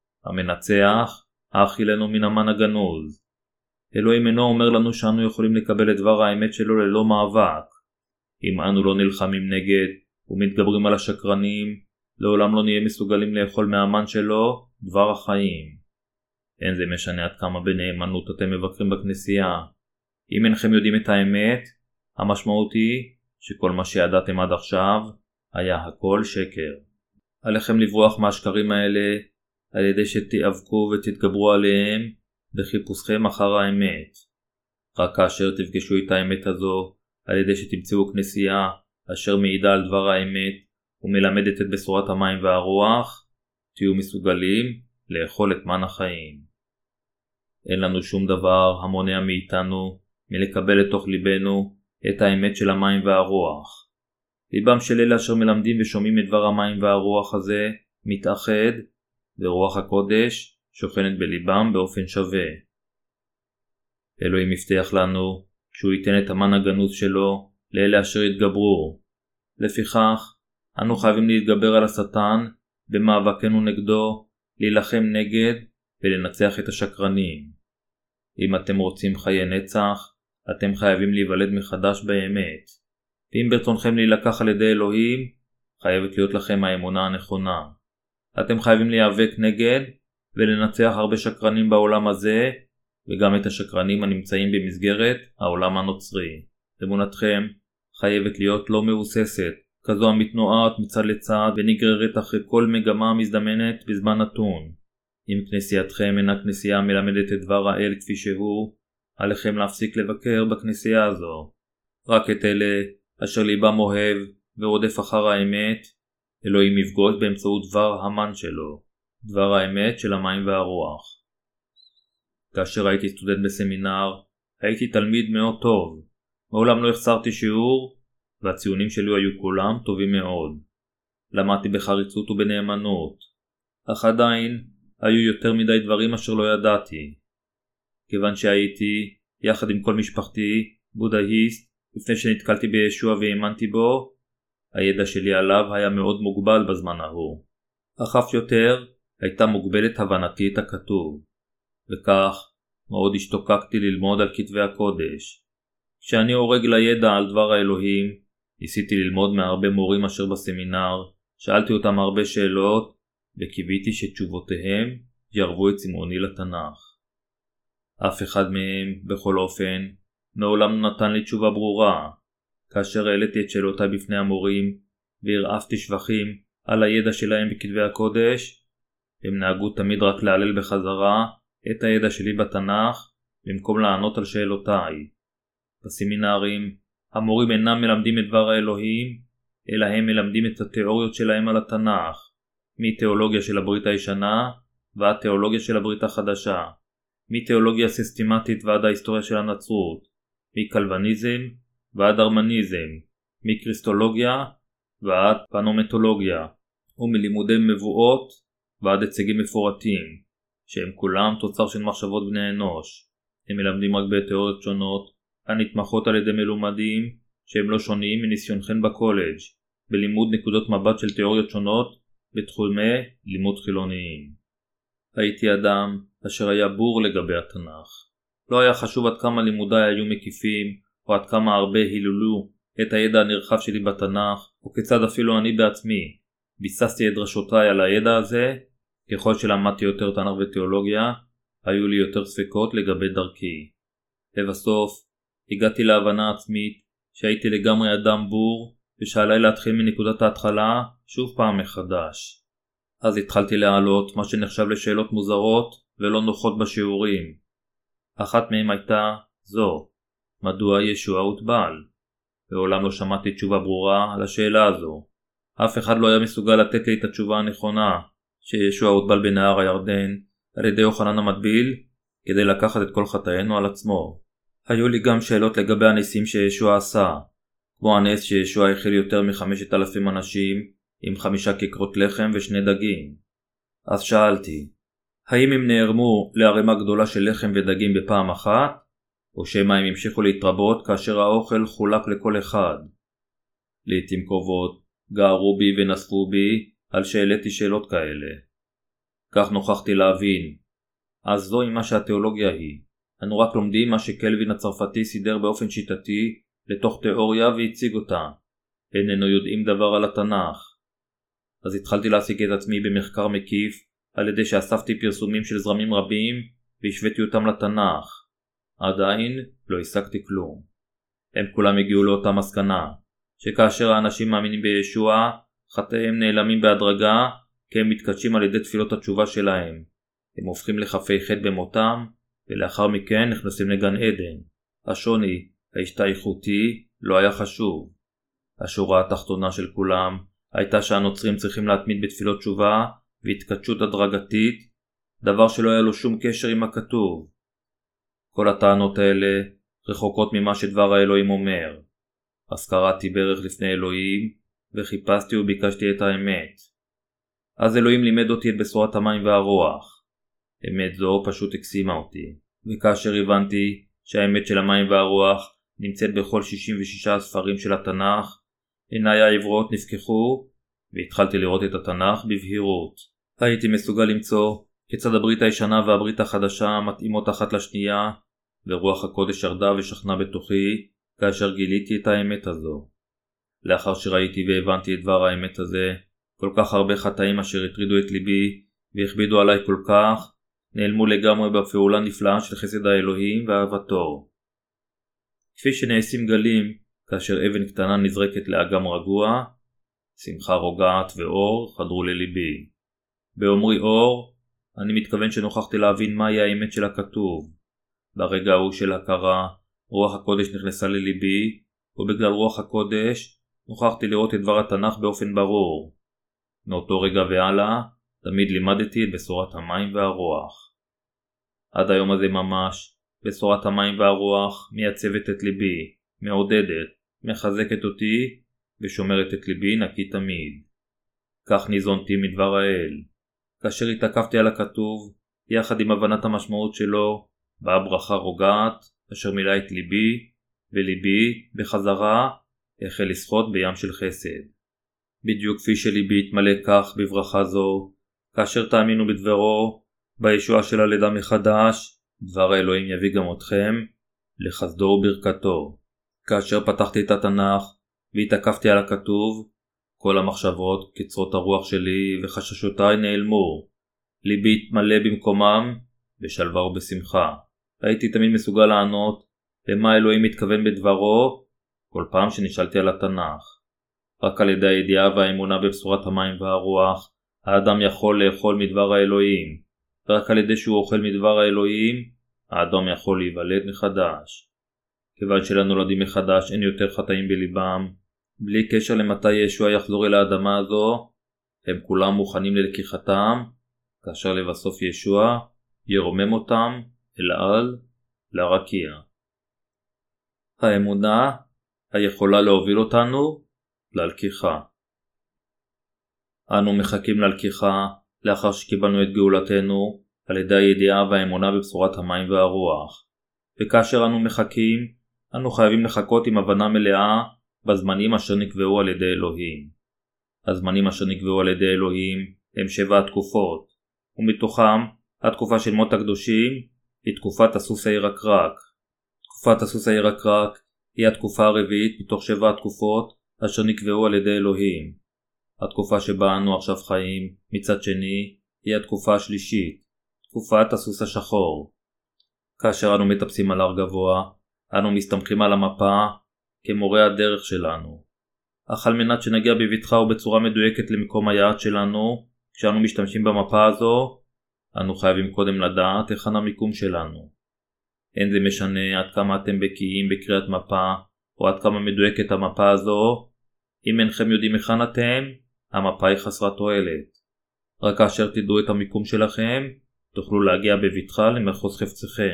המנצח האכילנו מן המן הגנוז. אלוהים אינו אומר לנו שאנו יכולים לקבל את דבר האמת שלו ללא מאבק. אם אנו לא נלחמים נגד ומתגברים על השקרנים, לעולם לא נהיה מסוגלים לאכול מהמן שלו דבר החיים. אין זה משנה עד כמה בנאמנות אתם מבקרים בכנסייה. אם אינכם יודעים את האמת, המשמעות היא שכל מה שידעתם עד עכשיו היה הכל שקר. עליכם לברוח מהשקרים האלה על ידי שתיאבקו ותתגברו עליהם בחיפושכם אחר האמת. רק כאשר תפגשו את האמת הזו על ידי שתמצאו כנסייה אשר מעידה על דבר האמת ומלמדת את בשורת המים והרוח, תהיו מסוגלים לאכול את מן החיים. אין לנו שום דבר המונע מאיתנו מלקבל לתוך ליבנו את האמת של המים והרוח. ליבם של אלה אשר מלמדים ושומעים את דבר המים והרוח הזה מתאחד, ורוח הקודש שוכנת בליבם באופן שווה. אלוהים מבטיח לנו שהוא ייתן את המן הגנוז שלו לאלה אשר יתגברו. לפיכך, אנו חייבים להתגבר על השטן במאבקנו נגדו, להילחם נגד ולנצח את השקרנים. אם אתם רוצים חיי נצח, אתם חייבים להיוולד מחדש באמת. ואם ברצונכם להילקח על ידי אלוהים, חייבת להיות לכם האמונה הנכונה. אתם חייבים להיאבק נגד ולנצח הרבה שקרנים בעולם הזה, וגם את השקרנים הנמצאים במסגרת העולם הנוצרי. אמונתכם חייבת להיות לא מבוססת, כזו המתנועת מצד לצד ונגררת אחרי כל מגמה מזדמנת בזמן נתון. אם כנסייתכם אינה כנסייה מלמדת את דבר האל כפי שהוא, עליכם להפסיק לבקר בכנסייה הזו. רק את אלה אשר ליבם אוהב ורודף אחר האמת, אלוהים יפגוש באמצעות דבר המן שלו, דבר האמת של המים והרוח. כאשר הייתי סטודנט בסמינר, הייתי תלמיד מאוד טוב. מעולם לא החסרתי שיעור, והציונים שלי היו כולם טובים מאוד. למדתי בחריצות ובנאמנות, אך עדיין היו יותר מדי דברים אשר לא ידעתי. כיוון שהייתי, יחד עם כל משפחתי, בודהיסט, לפני שנתקלתי בישוע והאמנתי בו, הידע שלי עליו היה מאוד מוגבל בזמן ההוא. אך אף יותר הייתה מוגבלת הבנתי את הכתוב, וכך מאוד השתוקקתי ללמוד על כתבי הקודש. כשאני הורג לידע על דבר האלוהים, ניסיתי ללמוד מהרבה מורים אשר בסמינר, שאלתי אותם הרבה שאלות, וקיוויתי שתשובותיהם ירבו את צמאוני לתנ"ך. אף אחד מהם, בכל אופן, מעולם נתן לי תשובה ברורה. כאשר העליתי את שאלותיי בפני המורים, והרעפתי שבחים על הידע שלהם בכתבי הקודש, הם נהגו תמיד רק להלל בחזרה את הידע שלי בתנ"ך, במקום לענות על שאלותיי. בסמינרים, המורים אינם מלמדים את דבר האלוהים, אלא הם מלמדים את התיאוריות שלהם על התנ"ך. מתיאולוגיה של הברית הישנה ועד תיאולוגיה של הברית החדשה, מתיאולוגיה סיסטמטית ועד ההיסטוריה של הנצרות, מקלווניזם ועד ארמניזם, מקריסטולוגיה ועד פנומטולוגיה, ומלימודי מבואות ועד הישגים מפורטים, שהם כולם תוצר של מחשבות בני אנוש. הם מלמדים רק בתיאוריות שונות, הנתמכות על ידי מלומדים שהם לא שונים מניסיונכם בקולג', בלימוד נקודות מבט של תיאוריות שונות בתחומי לימוד חילוניים. הייתי אדם אשר היה בור לגבי התנ"ך. לא היה חשוב עד כמה לימודיי היו מקיפים, או עד כמה הרבה הילולו את הידע הנרחב שלי בתנ"ך, או כיצד אפילו אני בעצמי ביססתי את דרשותיי על הידע הזה. ככל שלמדתי יותר תנ"ך ותיאולוגיה, היו לי יותר ספקות לגבי דרכי. לבסוף, הגעתי להבנה עצמית שהייתי לגמרי אדם בור, ושעליי להתחיל מנקודת ההתחלה שוב פעם מחדש. אז התחלתי להעלות מה שנחשב לשאלות מוזרות ולא נוחות בשיעורים. אחת מהם הייתה זו: מדוע ישוע הוטבל? לעולם לא שמעתי תשובה ברורה על השאלה הזו. אף אחד לא היה מסוגל לתת לי את התשובה הנכונה, שישוע הוטבל בנהר הירדן על ידי יוחנן המטביל כדי לקחת את כל חטאינו על עצמו. היו לי גם שאלות לגבי הניסים שישוע עשה, כמו הנס שישוע הכיל יותר מ5,000 אנשים עם 5 כיכרות לחם ו2 דגים. אז שאלתי, האם הם נערמו לערימה גדולה של לחם ודגים בפעם אחת, או שמא הם המשיכו להתרבות כאשר האוכל חולק לכל אחד? לעתים קרובות גערו בי ונספו בי על שהעליתי שאלות כאלה. כך נוכחתי להבין, אז זוהי מה שהתיאולוגיה היא. אנו רק לומדים מה שקלווין הצרפתי סידר באופן שיטתי לתוך תיאוריה והציג אותה. איננו יודעים דבר על התנ"ך. אז התחלתי להשיג את עצמי במחקר מקיף על ידי שאספתי פרסומים של זרמים רבים והשוויתי אותם לתנ"ך. עדיין לא השגתי כלום. הם כולם הגיעו לאותה מסקנה, שכאשר האנשים מאמינים בישוע, חטאיהם נעלמים בהדרגה כי הם מתקדשים על ידי תפילות התשובה שלהם. הם הופכים לחפי חטא במותם ולאחר מכן נכנסים לגן עדן. השוני ההשתייכותי לא היה חשוב. השורה התחתונה של כולם הייתה שהנוצרים צריכים להתמיד בתפילות תשובה והתקדשות הדרגתית, דבר שלא היה לו שום קשר עם הכתוב. כל הטענות האלה רחוקות ממה שדבר האלוהים אומר. אז קראתי ברך לפני אלוהים וחיפשתי וביקשתי את האמת. אז אלוהים לימד אותי את בשורת המים והרוח. אמת זו פשוט הקסימה אותי, וכאשר הבנתי שהאמת של המים והרוח נמצאת בכל 66 הספרים של התנ"ך, עיניי העברות נפקחו והתחלתי לראות את התנ"ך בבהירות. הייתי מסוגל למצוא כיצד הברית הישנה והברית החדשה מתאימות אחת לשנייה, ורוח הקודש ירדה ושכנה בתוכי כאשר גיליתי את האמת הזו. לאחר שראיתי והבנתי את דבר האמת הזה, כל כך הרבה חטאים אשר הטרידו את ליבי והכבידו עליי כל כך, נעלמו לגמרי בפעולה נפלאה של חסד האלוהים ואהבתו. כפי שנעשים גלים כאשר אבן קטנה נזרקת לאגם רגוע, שמחה רוגעת ואור חדרו לליבי. באומרי אור, אני מתכוון שנוכחתי להבין מהי האמת של הכתוב. ברגע ההוא של הכרה, רוח הקודש נכנסה לליבי, ובגלל רוח הקודש נוכחתי לראות את דבר התנ"ך באופן ברור. מאותו רגע והלאה, תמיד לימדתי את בשורת המים והרוח. עד היום הזה ממש, בשורת המים והרוח מייצבת את ליבי, מעודדת, מחזקת אותי ושומרת את ליבי נקי תמיד. כך ניזונתי מדבר האל. כאשר התעכבתי על הכתוב, יחד עם הבנת המשמעות שלו, באה ברכה רוגעת אשר מילאה את ליבי, וליבי בחזרה החל לשחות בים של חסד. בדיוק כפי שליבי התמלא כך בברכה זו, כאשר תאמינו בדברו, בישועה של הלידה מחדש, דבר האלוהים יביא גם אתכם לחסדו וברכתו. כאשר פתחתי את התנ"ך והתעכבתי על הכתוב, כל המחשבות, קצרות הרוח שלי וחששותיי נעלמו. ליבי התמלא במקומם בשלווה ובשמחה. הייתי תמיד מסוגל לענות למה אלוהים מתכוון בדברו כל פעם שנשאלתי על התנ"ך. רק על ידי הידיעה והאמונה בבשורת המים והרוח, האדם יכול לאכול מדבר האלוהים, ורק על ידי שהוא אוכל מדבר האלוהים, האדם יכול להיוולד מחדש. כיוון שלנולדים מחדש אין יותר חטאים בליבם, בלי קשר למתי ישוע יחזור אל האדמה הזו, הם כולם מוכנים ללקיחתם, כאשר לבסוף ישוע ירומם אותם אל על לרקיע. האמונה היכולה להוביל אותנו ללקיחה. אנו מחכים ללקיחה לאחר שקיבלנו את גאולתנו על ידי הידיעה והאמונה בבשורת המים והרוח. וכאשר אנו מחכים, אנו חייבים לחכות עם הבנה מלאה בזמנים אשר נקבעו על ידי אלוהים. הזמנים אשר נקבעו על ידי אלוהים הם 7 התקופות, ומתוכם התקופה של מות הקדושים היא תקופת הסוס הירקרק. תקופת הסוס הירקרק היא התקופה הרביעית מתוך 7 התקופות אשר נקבעו על ידי אלוהים. התקופה שבה אנו עכשיו חיים מצד שני היא התקופה השלישית, תקופת הסוס השחור. כאשר אנו מטפסים על הר גבוה, אנו מסתמכים על המפה כמורה הדרך שלנו. אך על מנת שנגיע בבטחה ובצורה מדויקת למקום היעד שלנו, כשאנו משתמשים במפה הזו, אנו חייבים קודם לדעת היכן המיקום שלנו. אין זה משנה עד כמה אתם בקיאים בקריאת מפה, או עד כמה מדויקת המפה הזו. אם אינכם יודעים היכן אתם, המפה היא חסרת תועלת. רק כאשר תדעו את המיקום שלכם, תוכלו להגיע בבטחה למחוז חפציכם.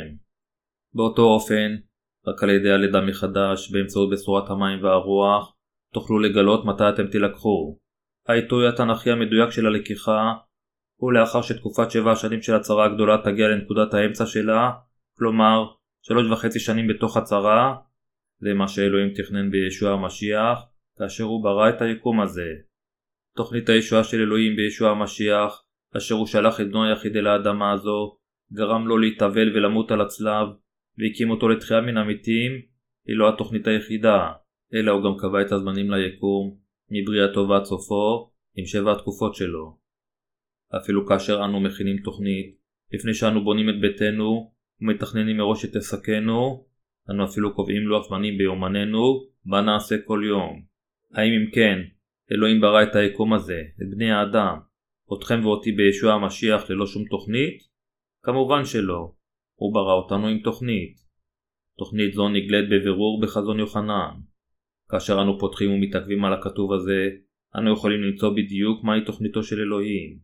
באותו אופן, רק על ידי הלידה מחדש באמצעות בשורת המים והרוח, תוכלו לגלות מתי אתם תלקחו. העיתוי התנ"כי המדויק של הלקיחה הוא לאחר שתקופת 7 השנים של הצרה הגדולה תגיע לנקודת האמצע שלה, כלומר 3.5 שנים בתוך הצרה. זה מה שאלוהים תכנן בישוע המשיח כאשר הוא ברא את היקום הזה. תוכנית הישועה של אלוהים בישוע המשיח, אשר הוא שלח את בנו היחיד אל האדמה הזו, גרם לו להתאבל ולמות על הצלב, והקים אותו לתחייה מן המתים, היא לא התוכנית היחידה, אלא הוא גם קבע את הזמנים ליקום, מבריאתו ועד סופו, עם 7 התקופות שלו. אפילו כאשר אנו מכינים תוכנית, לפני שאנו בונים את ביתנו, ומתכננים מראש את עסקנו, אנו אפילו קובעים לוח זמנים ביומננו, מה נעשה כל יום. האם אם כן, אלוהים ברא את היקום הזה, את בני האדם, אתכם ואותי בישוע המשיח ללא שום תוכנית? כמובן שלא. הוא ברא אותנו עם תוכנית. תוכנית זו נגלית בבירור בחזון יוחנן. כאשר אנו פותחים ומתעכבים על הכתוב הזה, אנו יכולים למצוא בדיוק מהי תוכניתו של אלוהים.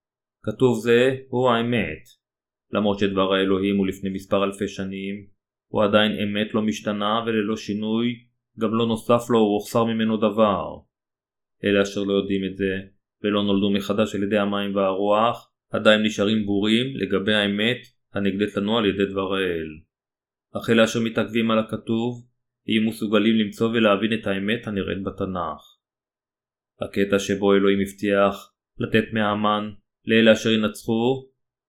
כתוב זה הוא האמת. למרות שדבר האלוהים הוא לפני מספר אלפי שנים, הוא עדיין אמת לא משתנה וללא שינוי, גם לא נוסף לו ורוחסר ממנו דבר. אלה אשר לא יודעים את זה ולא נולדו מחדש על ידי המים והרוח, עדיין נשארים בורים לגבי האמת הנגלית לנו על ידי דבר האל. אך אלה אשר מתעכבים על הכתוב, יהיו מסוגלים למצוא ולהבין את האמת הנראית בתנ"ך. הקטע שבו אלוהים הבטיח לתת מהמן לאלה אשר ינצחו,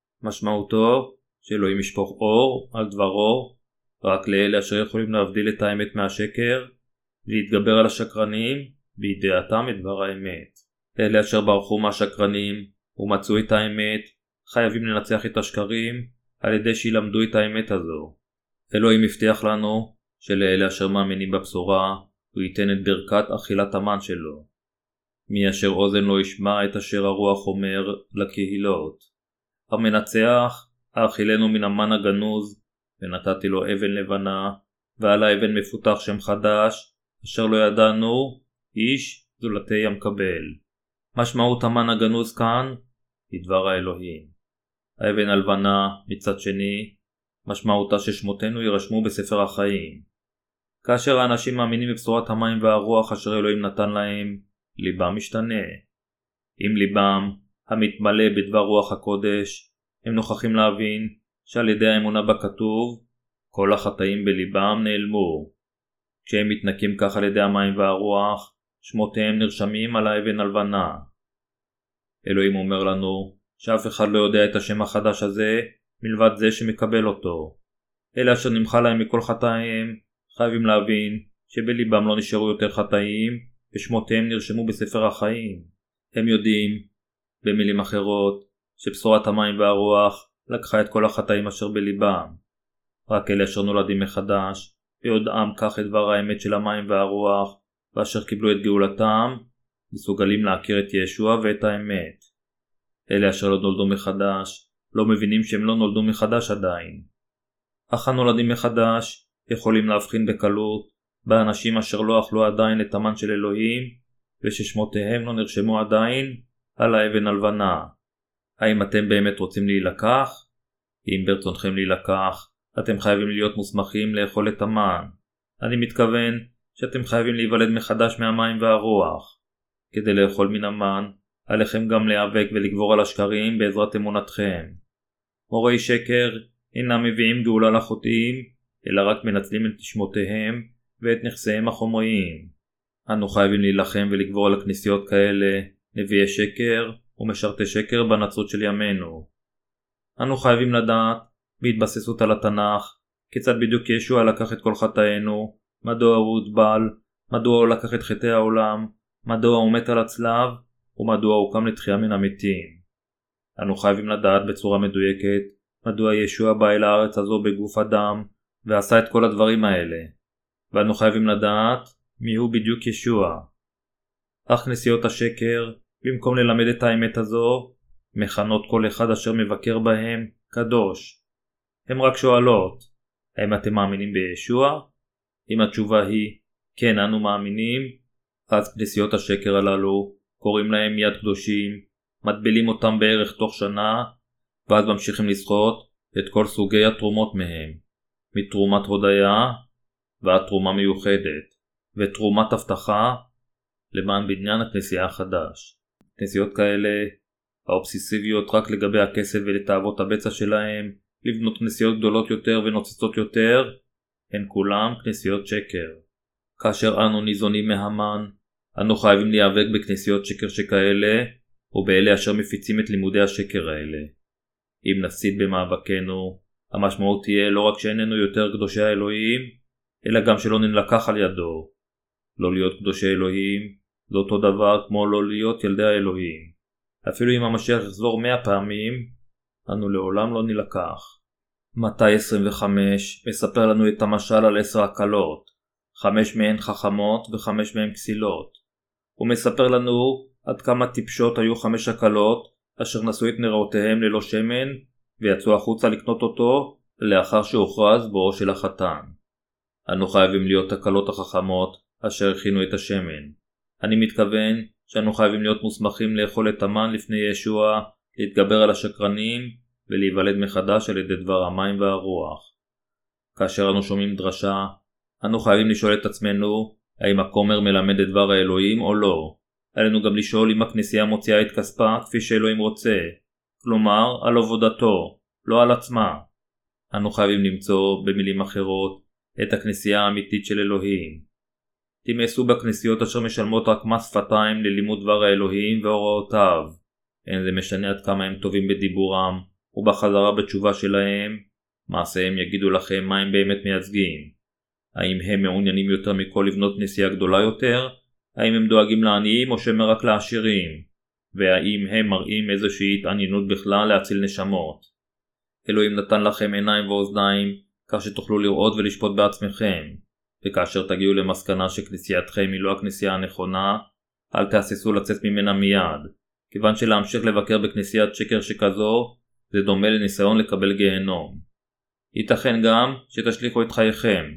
משמעותו שאלוהים ישפוך אור על דברו רק לאלה אשר יכולים להבדיל את האמת מהשקר, להתגבר על השקרנים בידיעתם את דבר האמת. אלה אשר ברחו מהשקרנים ומצאו את האמת, חייבים לנצח את השקרים על ידי שילמדו את האמת הזו. אלוהים הבטיח לנו שלאלה אשר מאמינים בבשורה, הוא ייתן את ברכת אכילת המן שלו. מי אשר אוזן לא ישמע את אשר הרוח אומר לקהילות. המנצח, האכילנו מן המן הגנוז, ונתתי לו אבן לבנה, ועל האבן מפותח שם חדש, אשר לא ידענו, איש זולתי המקבל. משמעות המן הגנוז כאן היא דבר האלוהים. האבן הלבנה מצד שני, משמעותה ששמותינו יירשמו בספר החיים. כאשר האנשים מאמינים בבשורת המים והרוח אשר אלוהים נתן להם, ליבם משתנה. עם ליבם המתמלא בדבר רוח הקודש, הם נוכחים להבין שעל ידי האמונה בכתוב, כל החטאים בליבם נעלמו. כשהם מתנקים כך על ידי המים והרוח, שמותיהם נרשמים על האבן הלבנה. אלוהים אומר לנו שאף אחד לא יודע את השם החדש הזה מלבד זה שמקבל אותו. אלה אשר נמחה להם מכל חטאים חייבים להבין שבליבם לא נשארו יותר חטאים ושמותיהם נרשמו בספר החיים. הם יודעים, במילים אחרות, שבשורת המים והרוח לקחה את כל החטאים אשר בליבם. רק אלה אשר נולדים מחדש ויודעם כך את דבר האמת של המים והרוח ואשר קיבלו את גאולתם מסוגלים להכיר את ישוע ואת האמת. אלה אשר לא נולדו מחדש לא מבינים שהם לא נולדו מחדש עדיין. אך הנולדים מחדש יכולים להבחין בקלות באנשים אשר לא אכלו עדיין את המן של אלוהים וששמותיהם לא נרשמו עדיין על האבן הלבנה. האם אתם באמת רוצים להילקח? אם ברצונכם להילקח, אתם חייבים להיות מוסמכים לאכול את המן. אני מתכוון שאתם חייבים להיוולד מחדש מהמים והרוח. כדי לאכול מן המן, עליכם גם להיאבק ולגבור על השקרים בעזרת אמונתכם. מורי שקר אינם מביאים גאולה לחוטאים, אלא רק מנצלים את נשמותיהם ואת נכסיהם החומריים. אנו חייבים להילחם ולגבור על הכנסיות כאלה, נביאי שקר ומשרתי שקר בנצרות של ימינו. אנו חייבים לדעת, בהתבססות על התנ"ך, כיצד בדיוק ישוע לקח את כל חטאינו, מדוע הוא הוטבל, מדוע הוא לקח את חטאי העולם, מדוע הוא מת על הצלב, ומדוע הוא קם לתחייה מן המתים. אנו חייבים לדעת בצורה מדויקת, מדוע ישוע בא אל הארץ הזו בגוף אדם, ועשה את כל הדברים האלה. ואנו חייבים לדעת מי הוא בדיוק ישוע. אך כנסיות השקר, במקום ללמד את האמת הזו, מכנות כל אחד אשר מבקר בהם קדוש. הם רק שואלות, האם אתם מאמינים בישוע? אם התשובה היא, כן, אנו מאמינים, אז כנסיות השקר הללו קוראים להם יד קדושים, מטבילים אותם בערך תוך שנה, ואז ממשיכים לסחוט את כל סוגי התרומות מהם, מתרומת הודיה ועד תרומה מיוחדת, ותרומת הבטחה למען בניין הכנסייה החדש. כנסיות כאלה, האובססיביות רק לגבי הכסף ולתאוות הבצע שלהם, לבנות כנסיות גדולות יותר ונוצצות יותר, הן כולם כנסיות שקר. כאשר אנו ניזונים מהמן, אנו חייבים להיאבק בכנסיות שקר שכאלה, ובאלה אשר מפיצים את לימודי השקר האלה. אם נפסיד במאבקנו, המשמעות תהיה לא רק שאיננו יותר קדושי האלוהים, אלא גם שלא נלקח על ידו. לא להיות קדושי אלוהים, זה אותו דבר כמו לא להיות ילדי האלוהים. אפילו אם המשיח יחזור 100 פעמים, אנו לעולם לא נלקח. מתי 25 מספר לנו את המשל על 10 הקלות, 5 מהן חכמות ו5 מהן כסילות. הוא מספר לנו עד כמה טיפשות היו 5 הקלות אשר נשאו את נראותיהם ללא שמן ויצאו החוצה לקנות אותו לאחר שהוכרז בואו של החתן. אנו חייבים להיות הקלות החכמות אשר הכינו את השמן. אני מתכוון שאנו חייבים להיות מוסמכים לאכול את המן לפני ישוע, להתגבר על השקרנים ולהיוולד מחדש על ידי דבר המים והרוח. כאשר אנו שומעים דרשה, אנו חייבים לשאול את עצמנו האם הכומר מלמד את דבר האלוהים או לא. עלינו גם לשאול אם הכנסייה מוציאה את כספה כפי שאלוהים רוצה, כלומר על עבודתו, לא על עצמה. אנו חייבים למצוא במילים אחרות את הכנסייה האמיתית של אלוהים. תמאסו בכנסיות אשר משלמות רק מס שפתיים ללימוד דבר האלוהים והוראותיו. אין זה משנה עד כמה הם טובים בדיבורם ובחזרה בתשובה שלהם, מעשיהם יגידו לכם מה הם באמת מייצגים. האם הם מעוניינים יותר מכל לבנות כנסייה גדולה יותר? האם הם דואגים לעניים או שהם רק לעשירים? והאם הם מראים איזושהי התעניינות בכלל להציל נשמות? אלוהים נתן לכם עיניים ואוזניים כך שתוכלו לראות ולשפוט בעצמכם. וכאשר תגיעו למסקנה שכנסייתכם היא לא הכנסייה הנכונה, אל תהססו לצאת ממנה מיד, כיוון שלהמשיך לבקר בכנסיית שקר שכזו, זה דומה לניסיון לקבל גיהנום. ייתכן גם שתשליחו את חייכם.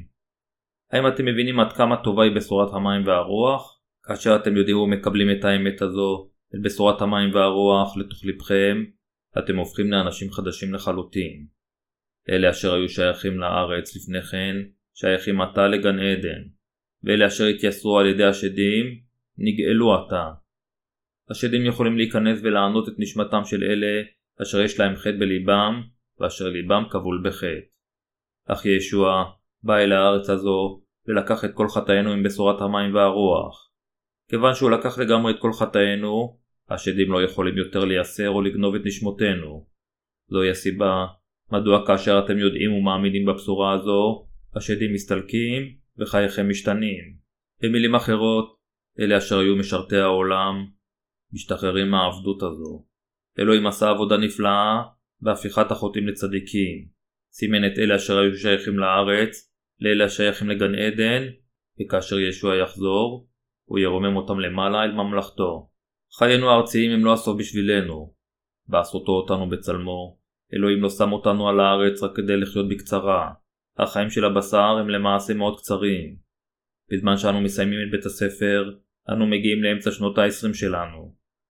האם אתם מבינים עד כמה טובה היא בשורת המים והרוח? כאשר אתם יודעים ומקבלים את האמת הזו, את בשורת המים והרוח לתוך לבכם, אתם הופכים לאנשים חדשים לחלוטין. אלה אשר היו שייכים לארץ לפני כן, שייכים עתה לגן עדן, ואלה אשר התייסרו על ידי השדים, נגאלו עתה. השדים יכולים להיכנס ולענות את נשמתם של אלה אשר יש להם חטא בליבם, ואשר ליבם כבול בחטא. אך ישוע בא אל הארץ הזו ולקח את כל חטאינו עם בשורת המים והרוח. כיוון שהוא לקח לגמרי את כל חטאינו, השדים לא יכולים יותר לייסר או לגנוב את נשמותינו. זוהי הסיבה מדוע כאשר אתם יודעים ומאמינים בבשורה הזו, השדים מסתלקים וחייכם משתנים. במילים אחרות, אלה אשר היו משרתי העולם משתחררים מהעבדות הזו. אלוהים עשה עבודה נפלאה בהפיכת החוטאים לצדיקים. סימן את אלה אשר היו שייכים לארץ לאלה השייכים לגן עדן, וכאשר ישוע יחזור, הוא ירומם אותם למעלה אל ממלכתו. חיינו הארציים הם לא הסוף בשבילנו. בעשותו אותנו בצלמו, אלוהים לא שם אותנו על הארץ רק כדי לחיות בקצרה. החיים של הבשר הם למעשה מאוד קצרים. בזמן שאנו מסיימים את בית הספר, אנו מגיעים לאמצע שנות ה-20 שלנו.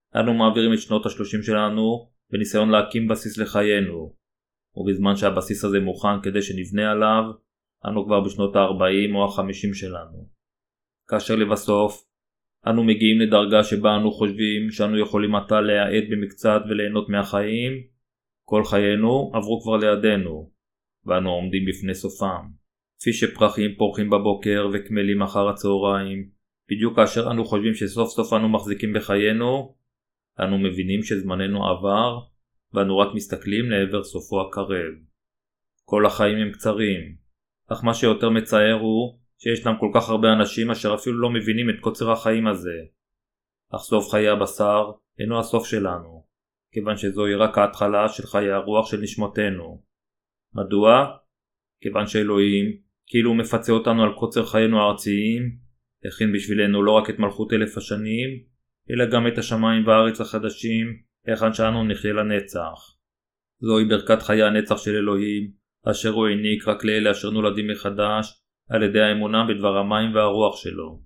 אנו מעבירים את שנות ה-30 שלנו בניסיון להקים בסיס לחיינו, ובזמן שהבסיס הזה מוכן כדי שנבנה עליו, אנו כבר בשנות ה-40 או ה-50 שלנו. כאשר לבסוף, אנו מגיעים לדרגה שבה אנו חושבים שאנו יכולים עתה להעט במקצת וליהנות מהחיים, כל חיינו עברו כבר לידינו, ואנו עומדים בפני סופם. כפי שפרחים פורחים בבוקר וכמלים אחר הצהריים, בדיוק כאשר אנו חושבים שסוף סוף אנו מחזיקים בחיינו, אנו מבינים שזמננו עבר, ואנו רק מסתכלים לעבר סופו הקרב. כל החיים הם קצרים, אך מה שיותר מצער הוא שישנם כל כך הרבה אנשים אשר אפילו לא מבינים את קוצר החיים הזה. אך סוף חיי הבשר אינו הסוף שלנו, כיוון שזוהי רק ההתחלה של חיי הרוח של נשמותינו. מדוע? כיוון שאלוהים, כאילו הוא מפצה אותנו על קוצר חיינו הארציים, הכין בשבילנו לא רק את מלכות 1000 השנים, אלא גם את השמיים והארץ החדשים, היכן שאנו נחיה לנצח. זוהי ברכת חיי הנצח של אלוהים, אשר הוא העניק רק לאלה אשר נולדים מחדש, על ידי האמונה בדבר המים והרוח שלו.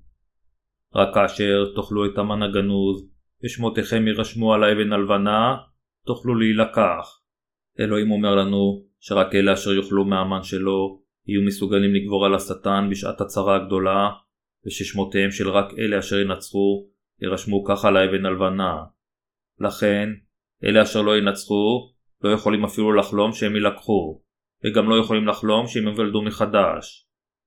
רק כאשר תאכלו את המן הגנוז, ושמותיכם יירשמו על האבן הלבנה, תוכלו להילקח. אלוהים אומר לנו שרק אלה אשר יאכלו מהמן שלו, יהיו מסוגלים לגבור על השטן בשעת הצרה הגדולה, וששמותיהם של רק אלה אשר ינצחו, יירשמו כך על האבן הלבנה. לכן, אלה אשר לא ינצחו, לא יכולים אפילו לחלום שהם ילקחו, וגם לא יכולים לחלום שהם יוולדו מחדש.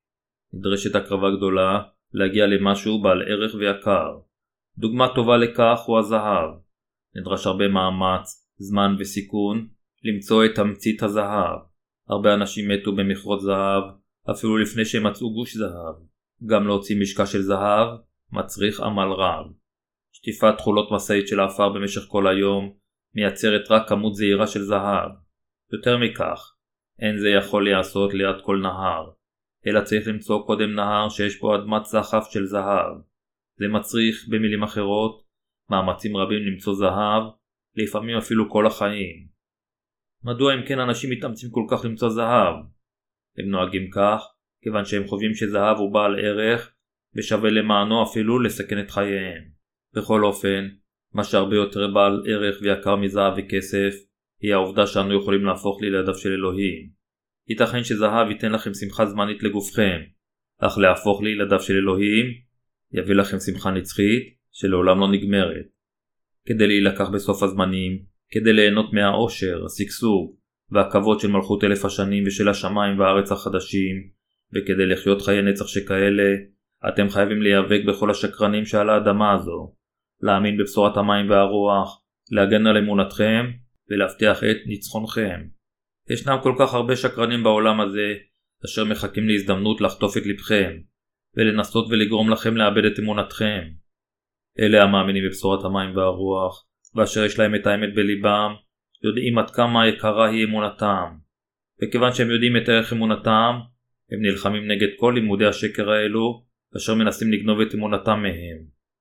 נדרשת הקרבה גדולה להגיע למשהו בעל ערך ויקר. דוגמה טובה לכך הוא הזהב. נדרש הרבה מאמץ, זמן וסיכון למצוא את תמצית הזהב. הרבה אנשים מתו במכרות זהב, אפילו לפני שהם מצאו גוש זהב. גם להוציא משקע של זהב מצריך עמל רב. שטיפת תכולות משאית של האפר במשך כל היום מייצרת רק כמות זעירה של זהב. יותר מכך, אין זה יכול להיעשות ליד כל נהר, אלא צריך למצוא קודם נהר שיש בו אדמת סחף של זהב. זה מצריך, במילים אחרות, מאמצים רבים למצוא זהב, לפעמים אפילו כל החיים. מדוע אם כן אנשים מתאמצים כל כך למצוא זהב? הם נוהגים כך, כיוון שהם חושבים שזהב הוא בעל ערך, ושווה למענו אפילו לסכן את חייהם. בכל אופן, מה שהרבה יותר בעל ערך ויקר מזהב וכסף, היא העובדה שאנו יכולים להפוך לילדיו של אלוהים. ייתכן שזהב ייתן לכם שמחה זמנית לגופכם, אך להפוך לילדיו של אלוהים יביא לכם שמחה נצחית שלעולם לא נגמרת. כדי להילקח בסוף הזמנים, כדי ליהנות מהאושר, השגשוג והכבוד של מלכות 1000 השנים ושל השמיים והארץ החדשים, וכדי לחיות חיי נצח שכאלה, אתם חייבים להיאבק בכל השקרנים שעל האדמה הזו, להאמין בבשורת המים והרוח, להגן על אמונתכם ולהבטיח את ניצחונכם. ישנם כל כך הרבה שקרנים בעולם הזה, אשר מחכים להזדמנות לחטוף את לבכם, ולנסות ולגרום לכם לאבד את אמונתכם. אלה המאמינים בבשורת המים והרוח, ואשר יש להם את האמת בליבם, יודעים עד כמה יקרה היא אמונתם. וכיוון שהם יודעים את ערך אמונתם, הם נלחמים נגד כל לימודי השקר האלו, אשר מנסים לגנוב את אמונתם מהם.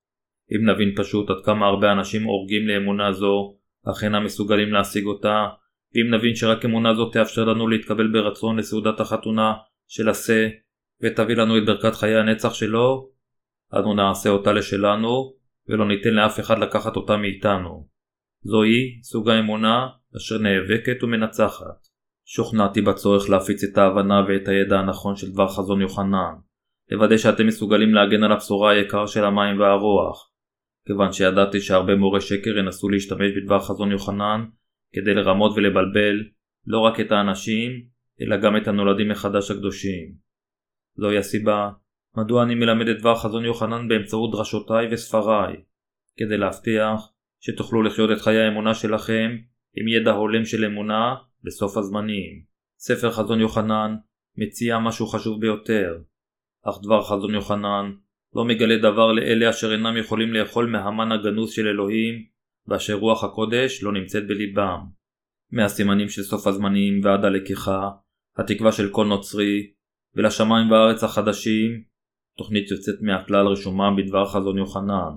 אם נבין פשוט עד כמה הרבה אנשים הורגים לאמונה זו, אך אינם מסוגלים להשיג אותה, ואם נבין שרק אמונה זו תאפשר לנו להתקבל ברצון לסעודת החתונה של עשה, ותביא לנו את ברכת חיי הנצח שלו, אנו נעשה אותה לשלנו, ולא ניתן לאף אחד לקחת אותה מאיתנו. זוהי סוג האמונה אשר נאבקת ומנצחת. שוכנעתי בצורך להפיץ את ההבנה ואת הידע הנכון של דבר חזון יוחנן, לוודא שאתם מסוגלים להגן על הבשורה היקר של המים והרוח, כיוון שידעתי שהרבה מורי שקר ינסו להשתמש בדבר חזון יוחנן כדי לרמות ולבלבל לא רק את האנשים, אלא גם את הנולדים מחדש הקדושים. זוהי הסיבה מדוע אני מלמד את דבר חזון יוחנן באמצעות דרשותיי וספריי, כדי להבטיח שתוכלו לחיות את חיי האמונה שלכם עם ידע הולם של אמונה בסוף הזמנים. ספר חזון יוחנן מציע משהו חשוב ביותר, אך דבר חזון יוחנן לא מגלה דבר לאלה אשר אינם יכולים לאכול מהמן הגנוז של אלוהים, ואשר רוח הקודש לא נמצאת בליבם. מהסימנים של סוף הזמנים ועד הלקיחה, התקווה של כל נוצרי, ולשמיים והארץ החדשים, תוכנית יוצאת מהכלל רשומה בדבר חזון יוחנן.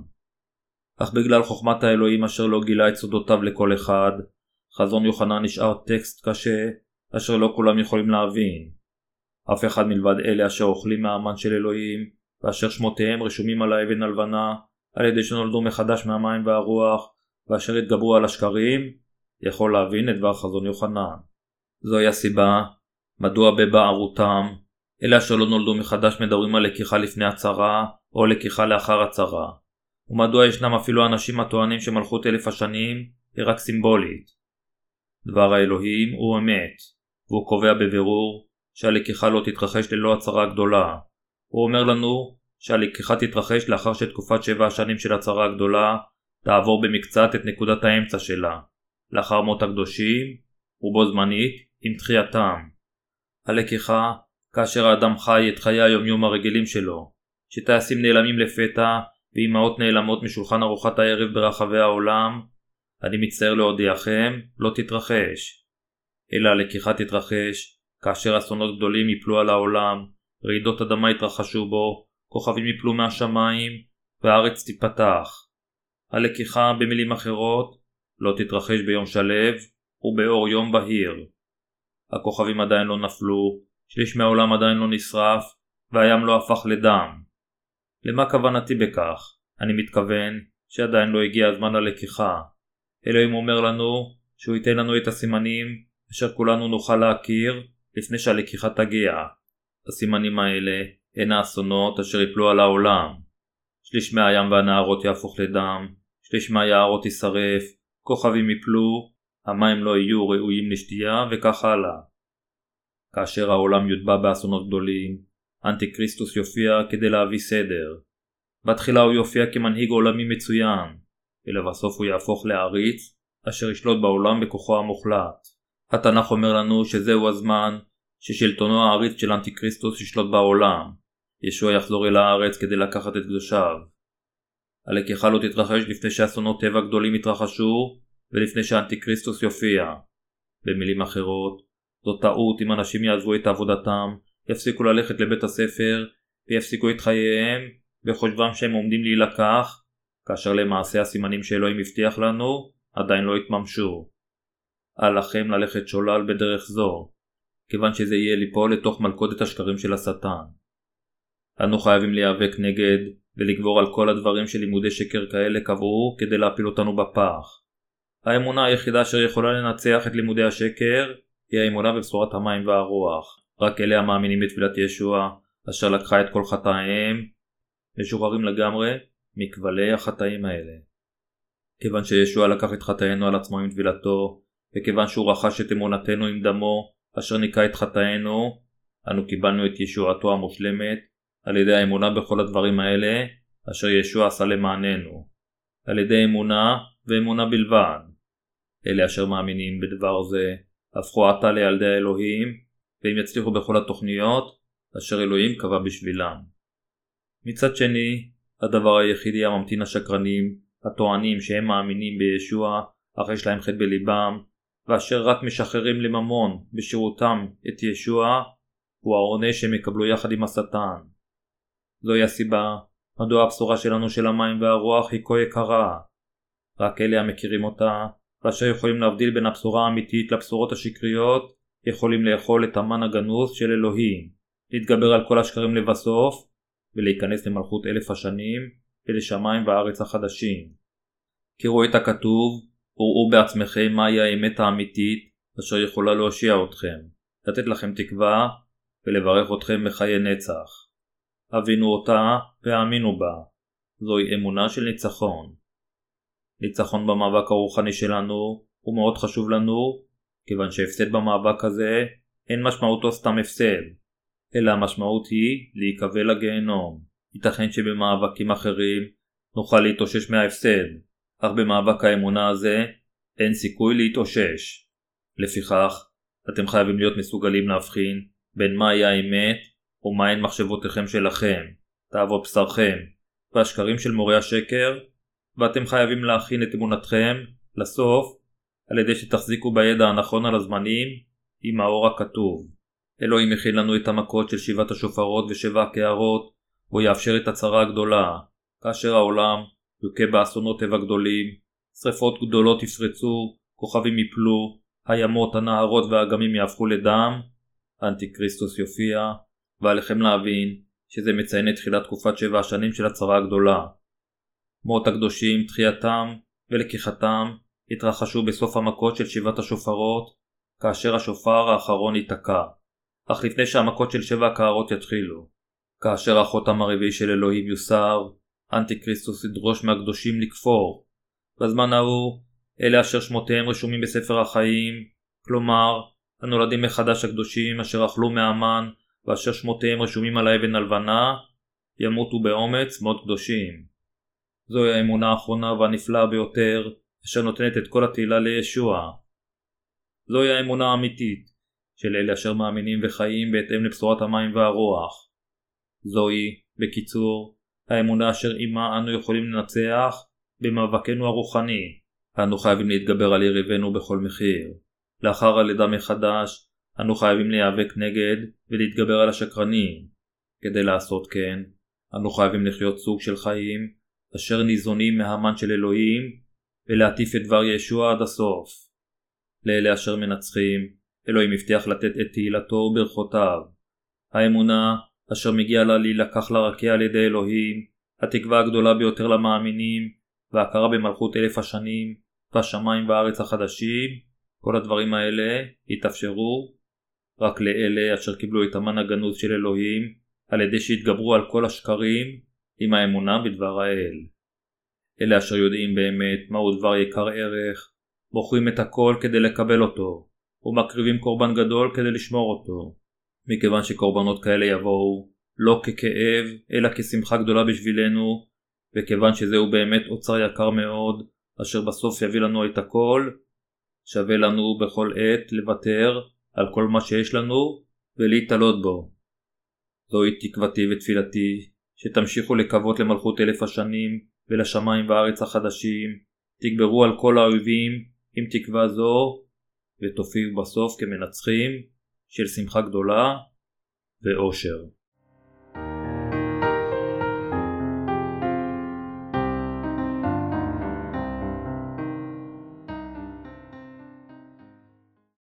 אך בגלל חוכמת האלוהים אשר לא גילה את סודותיו לכל אחד, חזון יוחנן נשאר טקסט קשה, אשר לא כולם יכולים להבין. אף אחד מלבד אלה אשר אוכלים מהמן של אלוהים, ואשר שמותיהם רשומים על האבן הלבנה, על ידי שנולדו מחדש מהמים והרוח, ואשר יתגברו על השקרים, יכול להבין את דבר חזון יוחנן. זוהי הסיבה מדוע בבערותם אלה אשר לא נולדו מחדש מדברים על לקיחה לפני הצרה או לקיחה לאחר הצרה, ומדוע ישנם אפילו אנשים הטוענים שמלכות 1000 השנים היא רק סימבולית. דבר האלוהים הוא אמת, והוא קובע בבירור שהלקיחה לא תתרחש ללא הצרה הגדולה. הוא אומר לנו שהלקיחה תתרחש לאחר שתקופת 7 השנים של הצרה הגדולה תעבור במקצת את נקודת האמצע שלה, לאחר מות הקדושים ובו זמנית עם תחייתם. הלקיחה כאשר האדם חי את חיי היומיום הרגילים שלו, שטייסים נעלמים לפתע ואימהות נעלמות משולחן ארוחת הערב ברחבי העולם, אני מצטער להודיעכם, לא תתרחש. אלא הלקיחה תתרחש כאשר אסונות גדולים יפלו על העולם, רעידות אדמה יתרחשו בו, כוכבים יפלו מהשמיים והארץ תיפתח. הלקיחה במילים אחרות לא תתרחש ביום שלב ובאור יום בהיר. הכוכבים עדיין לא נפלו, שליש מהעולם עדיין לא נשרף והים לא הפך לדם. למה כוונתי בכך? אני מתכוון שעדיין לא הגיע הזמן ללקיחה. אלוהים אומר לנו שהוא ייתן לנו את הסימנים אשר כולנו נוכל להכיר לפני שהלקיחה תגיע. הסימנים האלה הן האסונות אשר יפלו על העולם. שליש מהים והנהרות יהפוך לדם, שליש מהיערות יישרף, כוכבים יפלו, המים לא יהיו ראויים לשתייה וכך הלאה. כאשר העולם יודבע באסונות גדולים, אנטיקריסטוס יופיע כדי להביא סדר. בתחילה הוא יופיע כמנהיג עולמי מצוין, ולבסוף הוא יהפוך לעריץ אשר ישלוט בעולם בכוחו המוחלט. התנ"ך אומר לנו שזהו הזמן ששלטונו העריץ של אנטיקריסטוס ישלוט בעולם. ישוע יחזור אל הארץ כדי לקחת את קדושיו. הלקיחה לא תתרחש לפני שאסונות טבע גדולים יתרחשו ולפני שאנטיקריסטוס יופיע. במילים אחרות, זו טעות אם אנשים יעזבו את עבודתם, יפסיקו ללכת לבית הספר ויפסיקו את חייהם בחושבם שהם עומדים להילקח, כאשר למעשה הסימנים שאלוהים הבטיח לנו עדיין לא התממשו. אל לכם ללכת שולל בדרך זו, כיוון שזה יהיה ליפול לתוך מלכודת השקרים של השטן. אנו חייבים להיאבק נגד ולגבור על כל הדברים שלימודי שקר כאלה קבעו כדי להפיל אותנו בפח. האמונה היחידה אשר יכולה לנצח את לימודי השקר היא האמונה בבשורת המים והרוח. רק אלה המאמינים בתפילת ישוע אשר לקחה את כל חטאיהם משוחררים לגמרי מכבלי החטאים האלה. כיוון שישוע לקח את חטאינו על עצמו עם טבילתו, וכיוון שהוא רכש את אמונתנו עם דמו אשר ניקה את חטאינו, אנו קיבלנו את ישועתו המושלמת על ידי האמונה בכל הדברים האלה אשר ישוע עשה למעננו, על ידי אמונה ואמונה בלבד. אלה אשר מאמינים בדבר זה הפכו עתה לילדי האלוהים, והם יצליחו בכל התוכניות אשר אלוהים קבע בשבילם. מצד שני, הדבר היחידי הממתין השקרנים, הטוענים שהם מאמינים בישוע אך יש להם חטא בליבם, ואשר רק משחררים לממון בשירותם את ישוע, הוא העונש שהם יקבלו יחד עם השטן. זוהי הסיבה מדוע הבשורה שלנו של המים והרוח היא כה יקרה. רק אלה המכירים אותה, ואשר יכולים להבדיל בין הבשורה האמיתית לבשורות השקריות, יכולים לאכול את המן הגנוז של אלוהים, להתגבר על כל השקרים לבסוף, ולהיכנס למלכות 1000 השנים ולשמיים והארץ החדשים. קראו את הכתוב, וראו בעצמכם מהי האמת האמיתית אשר יכולה להושיע אתכם, לתת לכם תקווה ולברך אתכם בחיי נצח. הבינו אותה והאמינו בה. זוהי אמונה של ניצחון. ניצחון במאבק הרוחני שלנו הוא מאוד חשוב לנו, כיוון שהפסד במאבק הזה אין משמעותו סתם הפסד, אלא המשמעות היא להיקבל לגיהנום. ייתכן שבמאבקים אחרים נוכל להתאושש מההפסד, אך במאבק האמונה הזה אין סיכוי להתאושש. לפיכך, אתם חייבים להיות מסוגלים להבחין בין מהי האמת ומהן מחשבותיכם שלכם, תאוות בשרכם והשקרים של מורי השקר, ואתם חייבים להכין את אמונתכם לסוף על ידי שתחזיקו בידע הנכון על הזמנים עם האור הכתוב. אלוהים הכין לנו את המכות של 7 השופרות ו7 הקערות, והוא יאפשר את הצרה הגדולה, כאשר העולם יוכה באסונות טבע גדולים, שריפות גדולות יפרצו, כוכבים יפלו, הימות, הנהרות והאגמים יהפכו לדם, אנטיקריסטוס יופיע, ועליכם להבין שזה מציין את תחילת תקופת 7 השנים של הצרה הגדולה. מות הקדושים, תחייתם ולקיחתם התרחשו בסוף המכות של 7 השופרות, כאשר השופר האחרון ייתקע, אך לפני שהמכות של 7 הקערות יתחילו. כאשר החותם הרביעי של אלוהים יוסר, אנטיקריסטוס ידרוש מהקדושים לכפור. בזמן ההוא, אלה אשר שמותיהם רשומים בספר החיים, כלומר, הנולדים מחדש הקדושים אשר אכלו מהמן ואשר שמותיהם רשומים על האבן הלבנה, ימותו באומץ מות קדושים. זוהי האמונה האחרונה והנפלאה ביותר, אשר נותנת את כל התהילה לישוע. זוהי האמונה האמיתית של אלה אשר מאמינים וחיים בהתאם לבשורת המים והרוח. זוהי, בקיצור, האמונה אשר עימה אנו יכולים לנצח במאבקנו הרוחני. אנו חייבים להתגבר על יריבינו בכל מחיר. לאחר הלידה מחדש, אנו חייבים להיאבק נגד ולהתגבר על השקרנים. כדי לעשות כן, אנו חייבים לחיות סוג של חיים אשר ניזונים מהמן של אלוהים ולהטיף את דבר ישוע עד הסוף. לאלה אשר מנצחים, אלוהים הבטיח לתת את תהילתו וברכותיו. האמונה אשר מגיעה לה להילקח לרקיע על ידי אלוהים, התקווה הגדולה ביותר למאמינים, וההכרה במלכות 1000 השנים, והשמיים והארץ החדשים, כל הדברים האלה יתאפשרו רק לאלה אשר קיבלו את המן הגנוז של אלוהים, על ידי שהתגברו על כל השקרים עם האמונה בדבר האל. אלה אשר יודעים באמת מהו דבר יקר ערך, בוחרים את הכל כדי לקבל אותו, ומקריבים קורבן גדול כדי לשמור אותו. מכיוון שקורבנות כאלה יבואו לא ככאב אלא כשמחה גדולה בשבילנו, וכיוון שזהו באמת אוצר יקר מאוד אשר בסוף יביא לנו את הכל, שווה לנו בכל עת לוותר על כל מה שיש לנו ולהתעלות בו. זוהי תקוותי ותפילתי, שתמשיכו לקוות למלכות 1000 השנים ולשמיים והארץ החדשים, תגברו על כל האויבים עם תקווה זו, ותופיעו בסוף כמנצחים של שמחה גדולה ואושר.